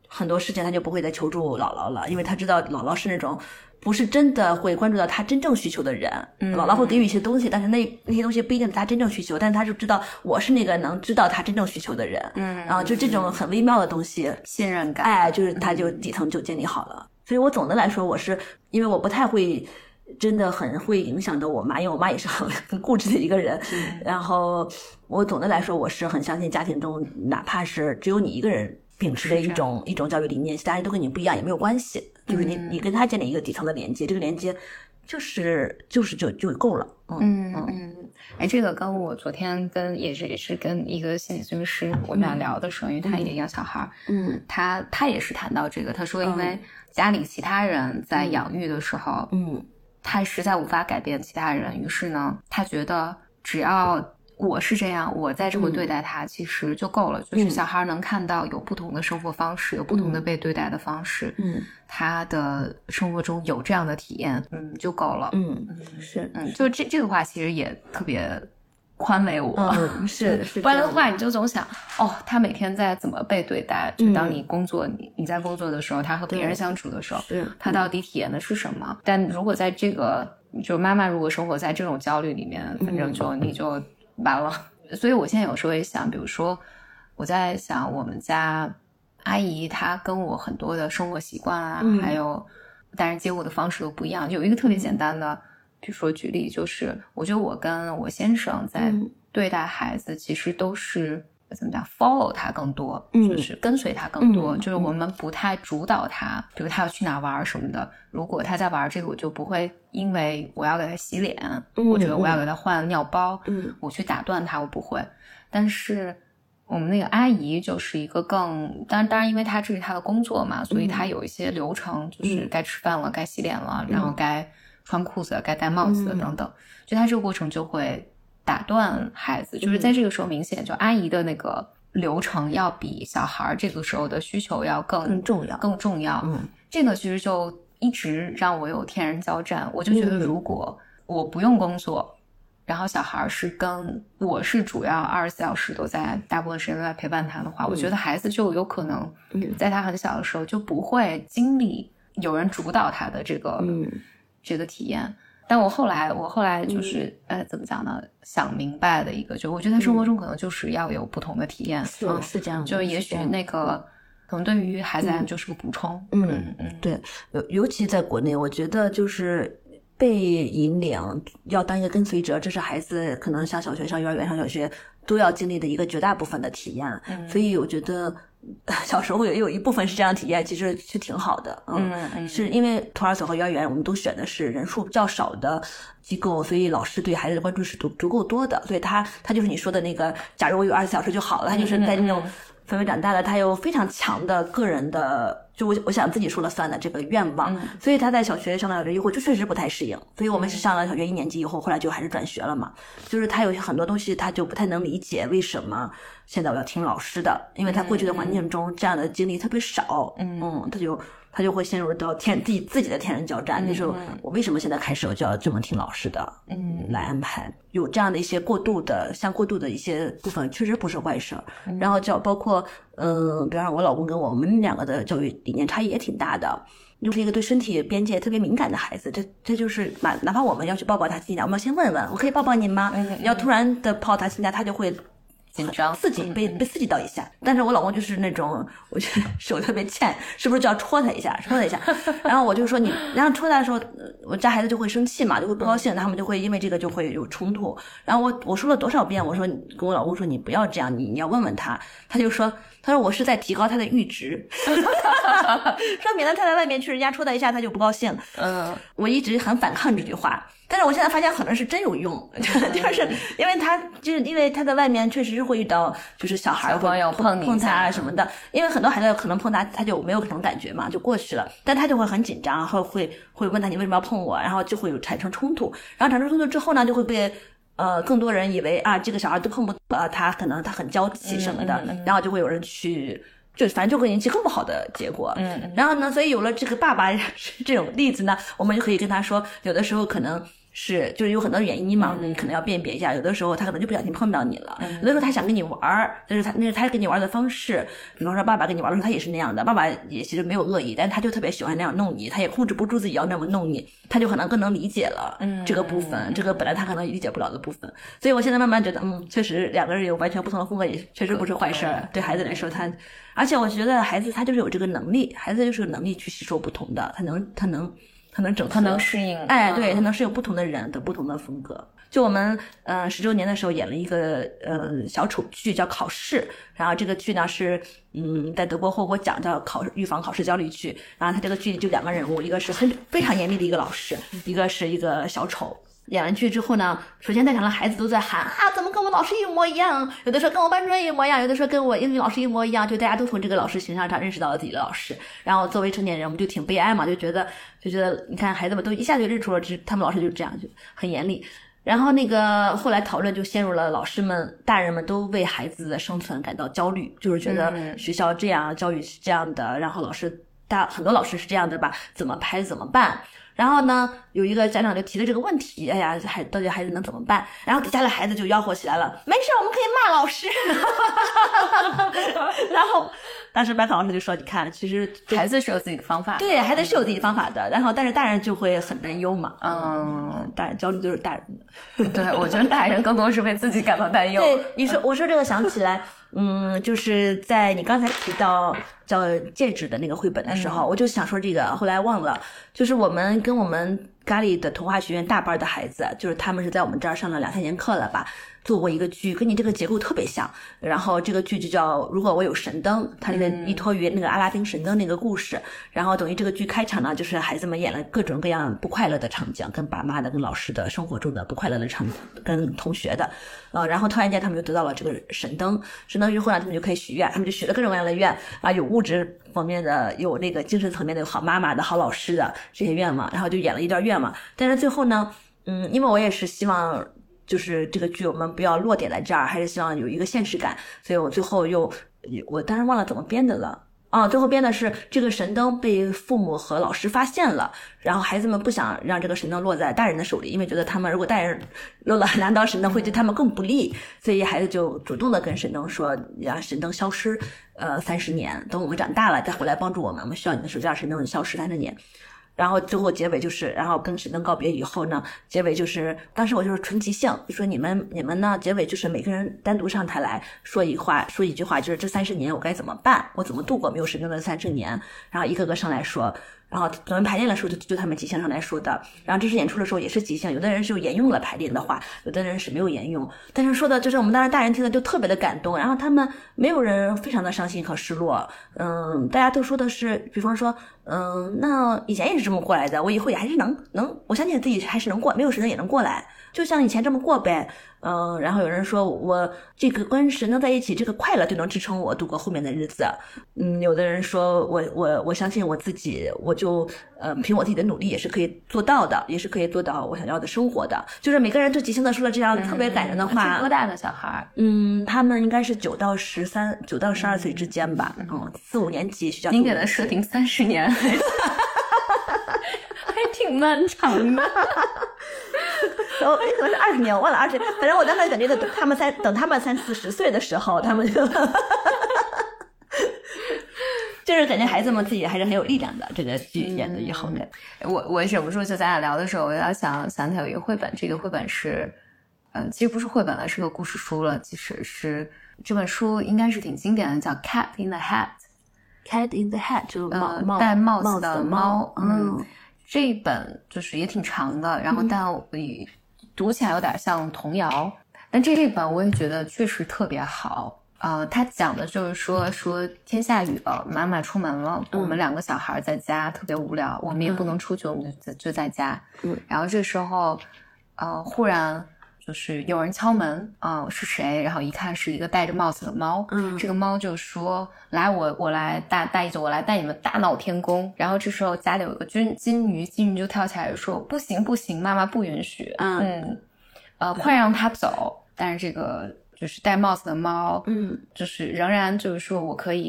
很多事情他就不会再求助姥姥了，因为他知道姥姥是那种不是真的会关注到他真正需求的人。姥姥会给予一些东西，但是那些东西不一定是他真正需求，但是他就知道我是那个能知道他真正需求的人。然后就这种很微妙的东西， 信任感， 就是他就底层就建立好了。所以我总的来说，我是因为我不太会真的很会影响到我妈，因为我妈也是很固执的一个人。然后我总的来说，我是很相信家庭中哪怕是只有你一个人秉持的一种教育理念，其他人都跟你不一样也没有关系，就是你跟他建立一个底层的连接，这个连接就够了。 这个跟我昨天也是跟一个心理咨询师我们俩聊的时候，因为他也养小孩，他也是谈到这个，他说因为家里其他人在养育的时候，他实在无法改变其他人，于是呢，他觉得只要我是这样，我再这么对待他，其实就够了。就是小孩能看到有不同的生活方式，有不同的被对待的方式，他的生活中有这样的体验，就够了。就这个话其实也特别宽慰我。 是不然的话你就总想他每天在怎么被对待，就当你工作，你在工作的时候，他和别人相处的时候，他到底体验的是什么？但如果在这个就妈妈如果生活在这种焦虑里面，反正你就完了。所以我现在有时候也想，比如说我在想我们家阿姨她跟我很多的生活习惯啊，还有当然接我的方式都不一样。有一个特别简单的比如说举例，就是我觉得我跟我先生在对待孩子其实都是怎么讲 follow 他更多，就是跟随他更多，就是我们不太主导他，比如他要去哪玩什么的，如果他在玩这个，我就不会因为我要给他洗脸，或者我要给他换尿包，我去打断他，我不会。但是我们那个阿姨就是一个当然因为她这是她的工作嘛，所以她有一些流程，就是该吃饭了，该洗脸了，然后该穿裤子，该戴帽子的等等，就她这个过程就会打断孩子，就是在这个时候明显就阿姨的那个流程要比小孩这个时候的需求要更重要。这个其实就一直让我有天人交战。我就觉得如果我不用工作，然后小孩是跟我是主要24小时都在大部分时间都在陪伴他的话，我觉得孩子就有可能在他很小的时候就不会经历有人主导他的这个体验。但我后来就是怎么讲呢，想明白的一个，就我觉得生活中可能就是要有不同的体验， 是这样的， 就也许那个可能对于孩子来讲就是个补充。 对，尤其在国内，我觉得就是被引领要当一个跟随者，这是孩子可能上小学、上幼儿园、上小学都要经历的一个绝大部分的体验。所以我觉得小时候有一部分是这样的体验，其实是挺好的。是因为托儿所和幼儿园我们都选的是人数较少的机构，所以老师对孩子的关注是足够多的，所以他就是你说的那个假如我有24小时就好了，他就是在那种氛围长大了，他有非常强的个人的，就我想自己说了算的这个愿望，所以他在小学上了小学以后就确实不太适应，所以我们是上了小学1年级以后，后来就还是转学了嘛，就是他有很多东西他就不太能理解为什么现在我要听老师的，因为他过去的环境中这样的经历特别少，他就会陷入到自己的天人交战，就是我为什么现在开始我就要这么听老师的，来安排，有这样的一些过度的一些部分，确实不是坏事。然后包括比方说我老公跟我们两个的教育理念差异也挺大的，就是一个对身体边界特别敏感的孩子，这就是哪怕我们要去抱抱他心家，我们要先问问我可以抱抱你吗？要突然的抱他心家，他就会紧张， 刺激，被刺激到一下。但是我老公就是那种，我觉得手特别欠，是不是就要戳他一下？然后我就说然后戳他的时候，我家孩子就会生气嘛，就会不高兴，他们就会因为这个就会有冲突。然后我说了多少遍，我说跟我老公说你不要这样，你要问问他。他说我是在提高他的阈值，说免得他在外面去人家戳他一下他就不高兴。我一直很反抗这句话。但是我现在发现可能是真有用，就是因为他在外面确实是会遇到，就是小朋友碰他啊什么的，因为很多孩子可能碰他就没有这种感觉嘛，就过去了，但他就会很紧张，然后会问他你为什么要碰我，然后就会有产生冲突，然后产生冲突之后呢，就会被更多人以为这个小孩都碰不他，可能他很娇气什么的，然后就会有人去。就反正就会引起更不好的结果。然后呢，所以有了这个爸爸这种例子呢，我们就可以跟他说，有的时候可能就是有很多原因嘛，你可能要辨别一下。有的时候他可能就不小心碰到你了，有的时候他想跟你玩，但是那是他跟你玩的方式。比方说爸爸跟你玩的时候，他也是那样的，爸爸也其实没有恶意，但是他就特别喜欢那样弄你，他也控制不住自己要那么弄你，他就可能更能理解了这个部分，这个本来他可能理解不了的部分。所以我现在慢慢觉得，确实两个人有完全不同的风格，也确实不是坏事儿。对孩子来说，而且我觉得孩子他就是有这个能力，孩子就是有能力去吸收不同的，他能整合， 他能适应， 对，他能适应不同的人的不同的风格。就我们10周年的时候演了一个小丑剧叫考试，然后这个剧呢是在德国获过奖，叫预防考试焦虑剧。然后他这个剧里就2个人物，一个是非常严厉的一个老师，一个是一个小丑。演完剧之后呢，首先在场的孩子都在喊怎么跟我老师一模一样，有的说跟我班主任一模一样，有的说跟我英语老师一模一样，就大家都从这个老师形象上认识到了自己的老师。然后作为成年人，我们就挺悲哀嘛，就觉得你看孩子们都一下就认出了他们老师就是这样，就很严厉。然后那个后来讨论就陷入了老师们大人们都为孩子的生存感到焦虑，就是觉得学校这样，教育是这样的，然后很多老师是这样的吧，怎么拍怎么办。然后呢，有一个家长就提了这个问题，哎呀，到底孩子能怎么办？然后底下的孩子就吆喝起来了，没事，我们可以骂老师。然后当时班考老师就说，你看，其实孩子是有自己的方法， 对，孩子是有自己的方法的。然后但是大人就会很担忧嘛，大人焦虑就是大人的。 对，我觉得大人更多是为自己感到担忧。 对，我说这个想起来，就是在你刚才提到叫戒指的那个绘本的时候，我就想说这个，后来忘了，就是我们跟我们咖喱的童话学院大班的孩子，就是他们是在我们这儿上了2、3年课了吧，做过一个剧，跟你这个结构特别像。然后这个剧就叫《如果我有神灯》，它那个依托于那个阿拉丁神灯那个故事。然后等于这个剧开场呢，就是孩子们演了各种各样不快乐的场景，跟爸妈的、跟老师的、生活中的不快乐的场景，跟同学的。然后突然间他们就得到了这个神灯之后呢，他们就可以许愿，他们就许了各种各样的愿啊，有物质方面的，有那个精神层面的，有好妈妈的、好老师的这些愿望，然后就演了一段愿望。但是最后呢，因为我也是希望就是这个剧我们不要落点在这儿，还是希望有一个现实感，所以我最后我当然忘了怎么编的了。最后编的是这个神灯被父母和老师发现了，然后孩子们不想让这个神灯落在大人的手里，因为觉得他们如果大人拿到神灯会对他们更不利，所以孩子就主动的跟神灯说，让神灯消失30年，等我们长大了再回来帮助我们需要你的手，让神灯消失30年。然后最后结尾就是，然后跟神灯告别以后呢，结尾就是当时我就是纯即兴，就说你们呢，结尾就是每个人单独上台来说一句话，就是这30年我该怎么办，我怎么度过没有神灯的30年，然后一个个上来说。然后咱们排练的时候就他们即兴上来说的，然后这次演出的时候也是即兴，有的人是沿用了排练的话，有的人是没有沿用，但是说的就是我们当时大人听的就特别的感动，然后他们没有人非常的伤心和失落，大家都说的是，比方说那以前也是这么过来的，我以后也还是能，我相信自己还是能过，没有神灯也能过来，就像以前这么过呗。然后有人说我这个跟神灯在一起，这个快乐就能支撑我度过后面的日子。有的人说我相信我自己，我就凭我自己的努力也是可以做到的，也是可以做到我想要的生活的。就是每个人都即兴的说了这样特别感人的话。 多大的小孩？ 他们应该是9到12岁之间吧。4、5年级学校。 您给他设定30年，还挺漫长的。 可能是20年，我忘了20年。反正我当时感觉等他们3、40岁的时候，他们就是感觉孩子们自己还是很有力量的。这个剧演的以后呢， 我忍不住就咱俩聊的时候，我要想起来有一个绘本，这个绘本是其实不是绘本了，是个故事书了。其实是这本书应该是挺经典的，叫 Cat in the Hat。Cat in the Hat 就是戴帽子的猫。这一本就是也挺长的，然后但读起来有点像童谣，但这本我也觉得确实特别好。他讲的就是说天下雨了，妈妈出门了，我们2个小孩在家特别无聊，我们也不能出去，我们就在家。然后这时候忽然就是有人敲门，是谁？然后一看是一个戴着帽子的猫，这个猫就说：“来，我来大意思，我来带你们大闹天宫。”然后这时候家里有一个金鱼就跳起来说：“不行，妈妈不允许。”快让他走。但是这个就是戴帽子的猫，就是仍然就是说我可以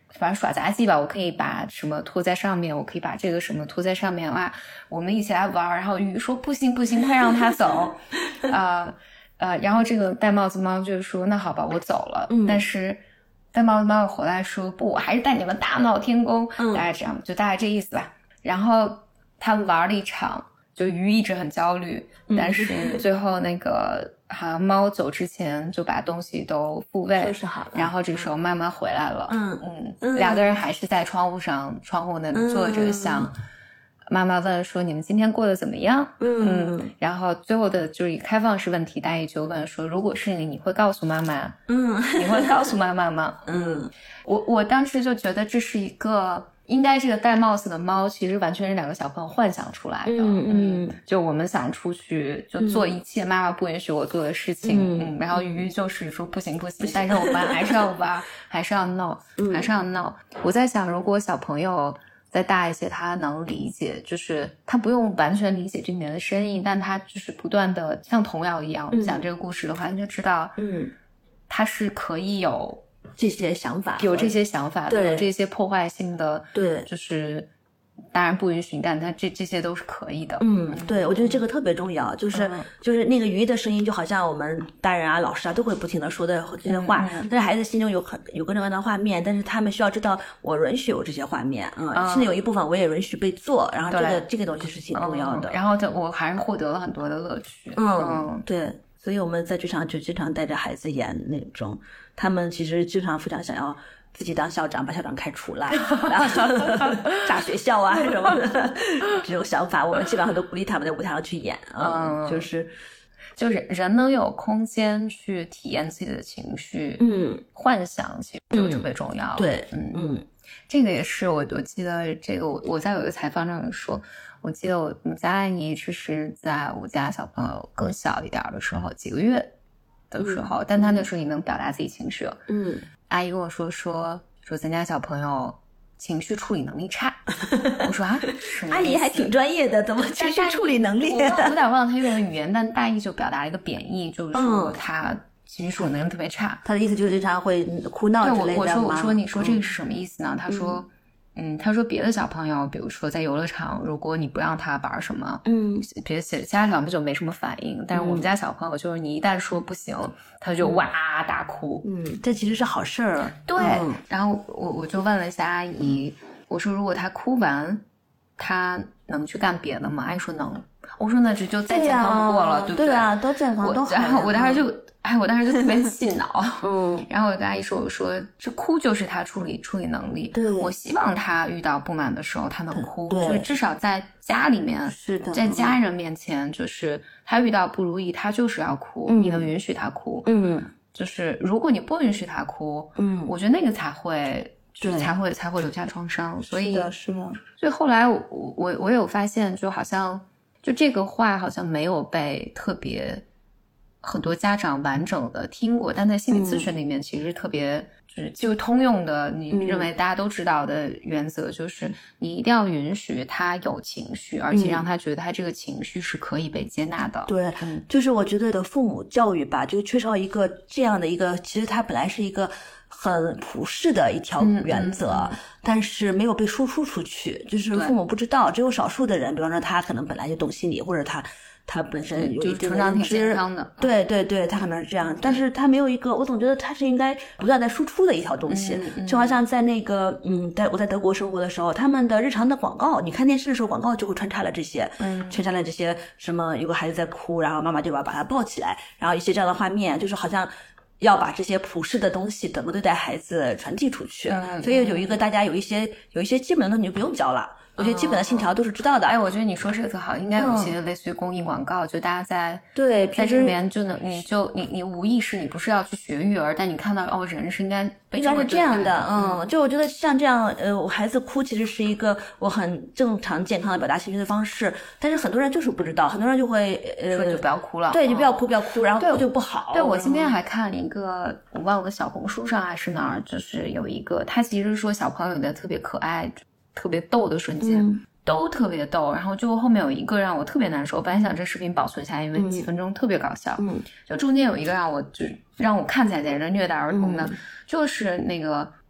反正耍杂技吧，我可以把什么拖在上面，我可以把这个什么拖在上面，哇，我们一起来玩。然后鱼说不行不行，快让他走。然后这个戴帽子猫就说那好吧，我走了。但是戴帽子猫回来说不，我还是带你们大闹天宫。大概这样，就大概这意思吧。然后他们玩了一场，就鱼一直很焦虑，但是最后那个好像猫走之前就把东西都复位收拾好了， 然后这个时候妈妈回来了。两个人还是在窗户那里坐着，想妈妈问说你们今天过得怎么样？然后最后的就是一个开放式问题，大姨就问说如果是你会告诉妈妈？你会告诉妈妈吗？我当时就觉得这是一个应该这个戴帽子的猫其实完全是两个小朋友幻想出来的。就我们想出去就做一切妈妈不允许我做的事情。然后鱼就是说不行不行，但是我们还是要玩，还是要闹，还是要闹。我在想如果小朋友再大一些，他能理解，就是他不用完全理解这里面的深意，但他就是不断的像童谣一样讲这个故事的话，你就知道他是可以有这些想法， 有这些想法的，有这些破坏性的， 对， 就是当然不允许，但他这些都是可以的。 对，我觉得这个特别重要，就是那个鱼的声音，就好像我们大人啊、老师啊都会不停的说的这些话，但是孩子心中有各种各样的画面，但是他们需要知道我允许有这些画面，甚至有一部分我也允许被做，然后这个东西是挺重要的。 然后我还是获得了很多的乐趣。 对，所以我们在剧场就经常带着孩子演那种，他们其实经常非常想要自己当校长，把校长开除了，然后炸学校啊什么的，这种想法我们基本上都鼓励他们在舞台上去演。 就是人能有空间去体验自己的情绪，幻想其实就特别重要。 对， 这个也是我记得这个我在有一个采访上有说，我记得我们家阿姨就是在我家小朋友更小一点的时候，几个月的时候，但他那时候也能表达自己情绪。阿姨跟我说咱家小朋友情绪处理能力差。我说啊， 阿姨还挺专业的，怎么情绪处理能力？ 我有点忘了他用的语言，但大意就表达了一个贬义，就是说他情绪处理能力特别差。 他的意思就是经常会哭闹之类的。 我说你说这个是什么意思呢？他说他说别的小朋友，比如说在游乐场，如果你不让他玩什么，别的其他小朋友就没什么反应，但是我们家小朋友就是你一旦说不行，他就哇大哭。 这其实是好事儿。 对，然后我就问了一下阿姨，我说如果他哭完，他能去干别的吗？阿姨说能。我说那这就再健康不过了，对不对？ 对啊，都健康都好。 然后我当时就特别气恼。然后我跟阿姨说，我说这哭就是他处理能力。 对， 我希望他遇到不满的时候他能哭， 对， 就是至少在家里面， 是的， 在家人面前，就是他遇到不如意，他就是要哭，你能允许他哭。就是如果你不允许他哭，我觉得那个才会留下创伤。所以是的。 所以后来我有发现，就好像就这个话好像没有被特别很多家长完整的听过，但在心理咨询里面其实特别就是通用的，你认为大家都知道的原则，就是你一定要允许他有情绪，而且让他觉得他这个情绪是可以被接纳的。 对，就是我觉得的父母教育吧，就缺少一个这样的一个，其实它本来是一个很普世的一条原则，但是没有被输出出去，就是父母不知道，只有少数的人，比方说他可能本来就懂心理，或者他本身有一定的认知，对，他可能是这样，但是他没有一个，我总觉得他是应该不断在输出的一条东西，就好像在那个我在德国生活的时候，他们的日常的广告，你看电视的时候，广告就会穿插了这些，穿插了这些什么有个孩子在哭，然后妈妈就把他抱起来，然后一些这样的画面，就是好像要把这些普世的东西怎么对待孩子传递出去，所以有一个大家有一些基本的东西就不用教了。有些基本的信条都是知道的。 哎，我觉得你说这个特好，应该有些类似于公益广告，就大家在这里面就能，你无意识，你不是要去学育儿，但你看到人是应该被是这样的，就我觉得像这样，我孩子哭其实是一个我很正常健康的表达情绪的方式，但是很多人就是不知道，很多人就会说就不要哭了， 对，就不要哭，然后哭就不好。 对，我今天还看了一个，我忘了小红书上还是哪儿，就是有一个，他其实说小朋友的特别可爱。特别逗的瞬间，都特别逗，然后就后面有一个让我特别难受，本来想这视频保存下来，因为几分钟特别搞笑，就中间有一个让我看起来简直虐待儿童的，就是那个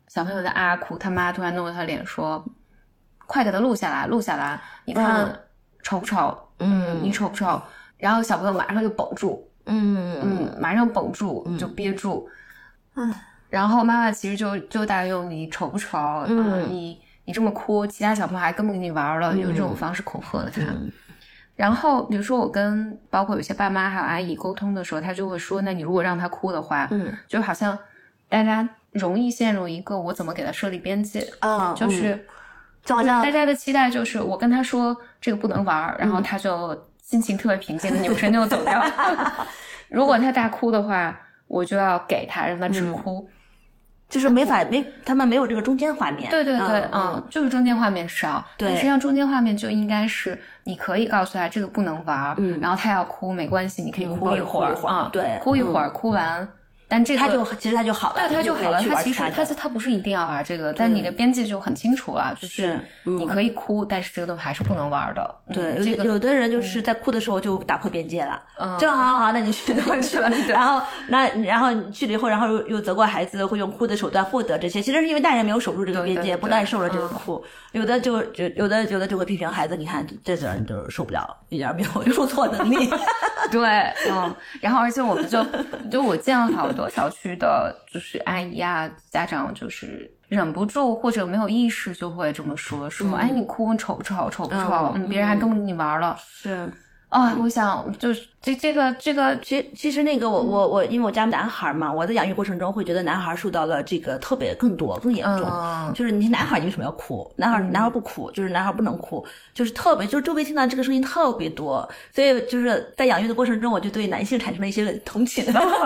小朋友在啊哭，他妈突然弄着他脸说快给他录下来录下来，你看丑不丑，你丑不丑，然后小朋友马上就绷住，马上绷住，就憋住，然后妈妈其实就大概用你丑不丑，你这么哭，其他小朋友还跟不跟你玩了，用这种方式恐吓了他。然后比如说我跟包括有些爸妈还有阿姨沟通的时候，他就会说，那你如果让他哭的话，就好像大家容易陷入一个我怎么给他设立边界，就是就好像大家的期待就是我跟他说这个不能玩，然后他就心情特别平静的扭身就走掉。如果他大哭的话，我就要给他让他只哭。 就是他们没有这个中间画面。 对，就是中间画面少。 对， 实际上中间画面就应该是你可以告诉他这个不能玩，然后他要哭没关系，你可以哭一会儿啊， 对， 哭一会儿，哭完。但这个其实他就好了， 对，他就好了。他其实他不是一定要玩这个，但你的边界就很清楚了，就是你可以哭，但是这个东西还是不能玩的。 对，有的人就是在哭的时候就打破边界了，就好，那你去了，然后你去了以后，然后又责怪孩子会用哭的手段获得这些，其实是因为大人没有守住这个边界，不耐受了这个哭。有的就会批评孩子，你看这种人就受不了，一点没有受挫能力。 对，然后而且我们就我见了好多小区的就是阿姨啊家长，就是忍不住或者没有意识就会这么说，哎你哭丑不丑，丑不丑，别人还跟你玩了。 是我想就是这个， 其实那个我因为我家男孩嘛，我在养育过程中会觉得男孩受到了这个特别更严重，就是你男孩你为什么要哭？男孩不哭，就是男孩不能哭，就是特别就是周围听到这个声音特别多，所以就是在养育的过程中，我就对男性产生了一些同情，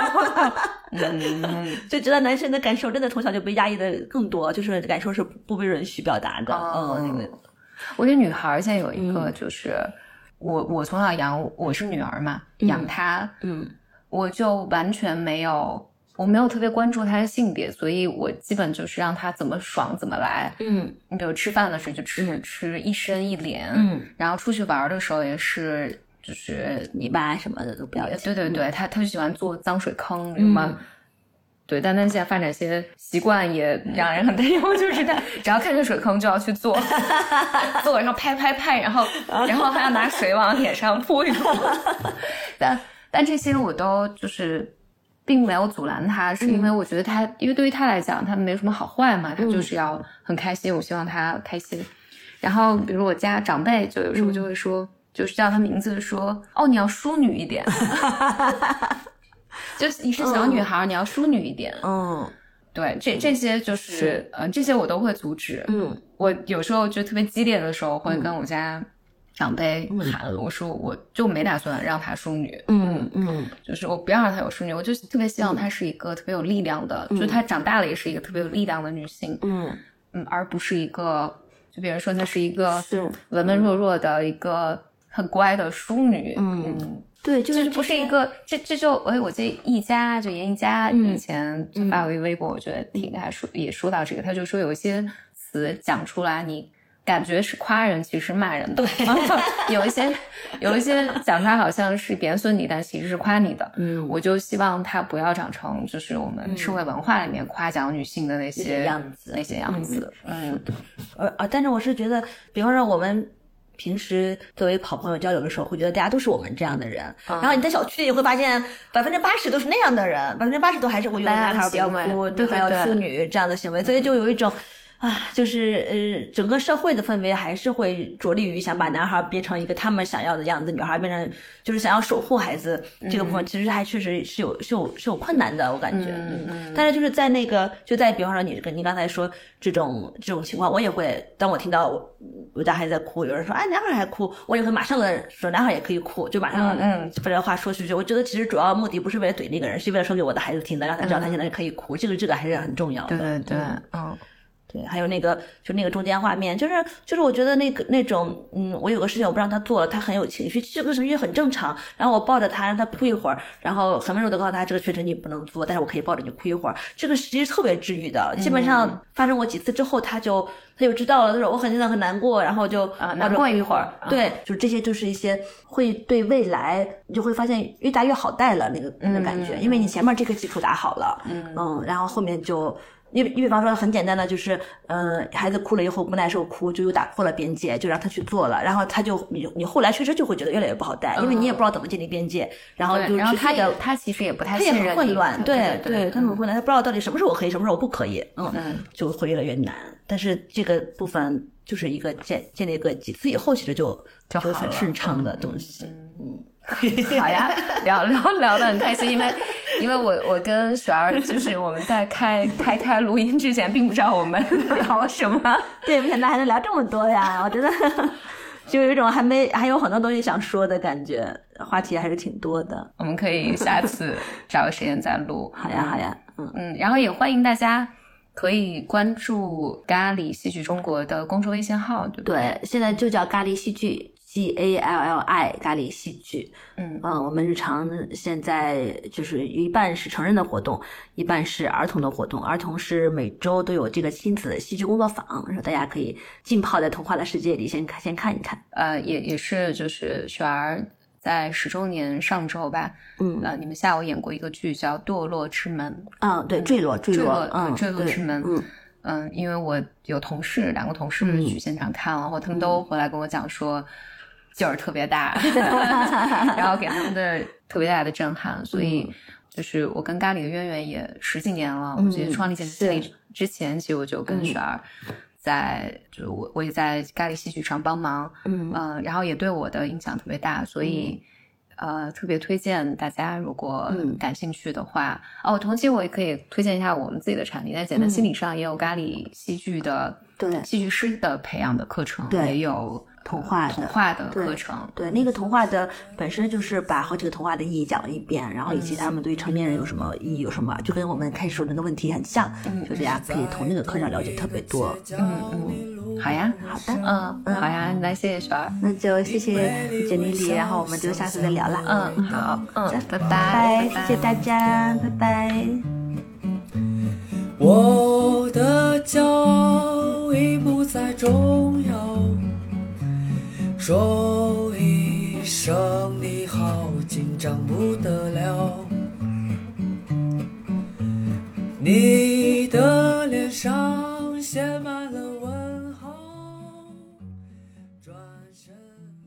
就觉得男生的感受真的从小就被压抑的更多，就是感受是不被允许表达的。 我觉得女孩现在有一个就是我从小我是女儿嘛，养她，我就完全我没有特别关注她的性别，所以我基本就是让她怎么爽怎么来。你比如吃饭的时候就吃一身一脸，然后出去玩的时候也是，就是泥巴什么的都不要。 对，她就喜欢做脏水坑什么。对，但现在发展些习惯也让人很担忧，就是他只要看见水坑就要去做，然后拍，然后还要拿水往脸上扑一扑。但这些我都就是并没有阻拦他，是因为我觉得因为对于他来讲，他没什么好坏嘛，他就是要很开心，我希望他开心。然后比如我家长辈就有时候就会说，就是叫他名字说，你要淑女一点。就是你是小女孩，你要淑女一点。对，这些就是这些我都会阻止。我有时候就特别激烈的时候，会跟我家长辈喊，我说我就没打算让她淑女。就是我不要让她有淑女，我就特别希望她是一个特别有力量的，就是她长大了也是一个特别有力量的女性。而不是一个，就比如说她是一个文文弱弱的一个很乖的淑女。 对，就是不是一个，这就我这一家就严一家以前发过一微博，我觉得也说到这个，他就说有一些词讲出来，你感觉是夸人，其实是骂人的。对，有一些讲出来好像是贬损你，但其实是夸你的。我就希望它不要长成就是我们社会文化里面夸奖女性的那些样子。 但是我是觉得，比方说我们平时作为好朋友交流的时候，会觉得大家都是我们这样的人，然后你在小区里会发现80%都是那样的人，80%都还是会用男孩不要哭，对，还要淑女这样的行为，所以就有一种就是整个社会的氛围还是会着力于想把男孩变成一个他们想要的样子，女孩变成就是想要守护孩子这个部分，其实还确实是有困难的，我感觉。但是就是在那个比方说你刚才说这种情况，我也会当我听到我家孩子在哭，有人说男孩还哭，我也会马上的说男孩也可以哭，就马上把这话说出去。我觉得其实主要目的不是为了怼那个人，是为了说给我的孩子听的，让他知道他现在可以哭，这个还是很重要的。 对， 对，还有那个中间画面，就是我觉得那种我有个事情我不让他做了，他很有情绪，这个情绪很正常，然后我抱着他让他哭一会儿，然后很温柔的告诉他这个确实你不能做，但是我可以抱着你哭一会儿，这个其实特别治愈的。基本上发生过几次之后，他就知道了，他说我现在很难过，然后就难过一会儿。 对，就这些就是一些会对未来你就会发现越大越好带了那个感觉，因为你前面这个基础打好了，然后后面就你比方说很简单的就是，孩子哭了以后不耐受哭，就又打破了边界，就让他去做了，然后他就你后来确实就会觉得越来越不好带，因为你也不知道怎么建立边界，然后就他其实也不太信任，他也很混乱， 对， 他很混乱，他不知道到底什么时候我可以，什么时候我不可以，就会越来越难。但是这个部分就是一个建立个几次以后，其实就很顺畅的东西。 好呀，聊得很开心，因为我跟雪儿就是我们在开录音之前，并不知道我们聊什么。 对，没想到还能聊这么多呀！我觉得就有一种还有很多东西想说的感觉，话题还是挺多的。 我们可以下次找个时间再录。 好呀， 然后也欢迎大家可以关注咖喱戏剧中国的公众微信号，对不对？ 对，现在就叫咖喱戏剧。GALLI 咖喱戏剧，我们日常现在就是一半是成人的活动，一半是儿童的活动。儿童是每周都有这个亲子戏剧工作坊，大家可以浸泡在童话的世界里，先看一看。 也是就是雪儿在10周年上周吧，你们下午演过一个剧叫《堕落之门》。 对，坠落之门。因为我有2个同事去现场看了，然后他们都回来跟我讲说劲儿特别大，然后给他们的特别大的震撼，所以就是我跟咖喱的渊源也10几年了。我觉得创立这个之前，其实我就跟雪儿就是我也在咖喱戏剧上帮忙，然后也对我的影响特别大，所以特别推荐大家，如果感兴趣的话，同期我也可以推荐一下我们自己的产品，在简单心理上也有咖喱戏剧的戏剧师的培养的课程，也有童话的课程。 对，那个童话的本身就是把好几个童话的意义讲了一遍，然后以及他们对成年人有什么意义，有什么，就跟我们开始说那个问题很像，就大家可以从那个课上了解特别多。 好呀， 好的， 好呀，那谢谢雪儿， 那就谢谢简丽丽，然后我们就下次再聊了。 好，拜拜，谢谢大家，拜拜。 我的骄傲已不再重要，说一声你好紧张不得了，你的脸上写满了问号，转身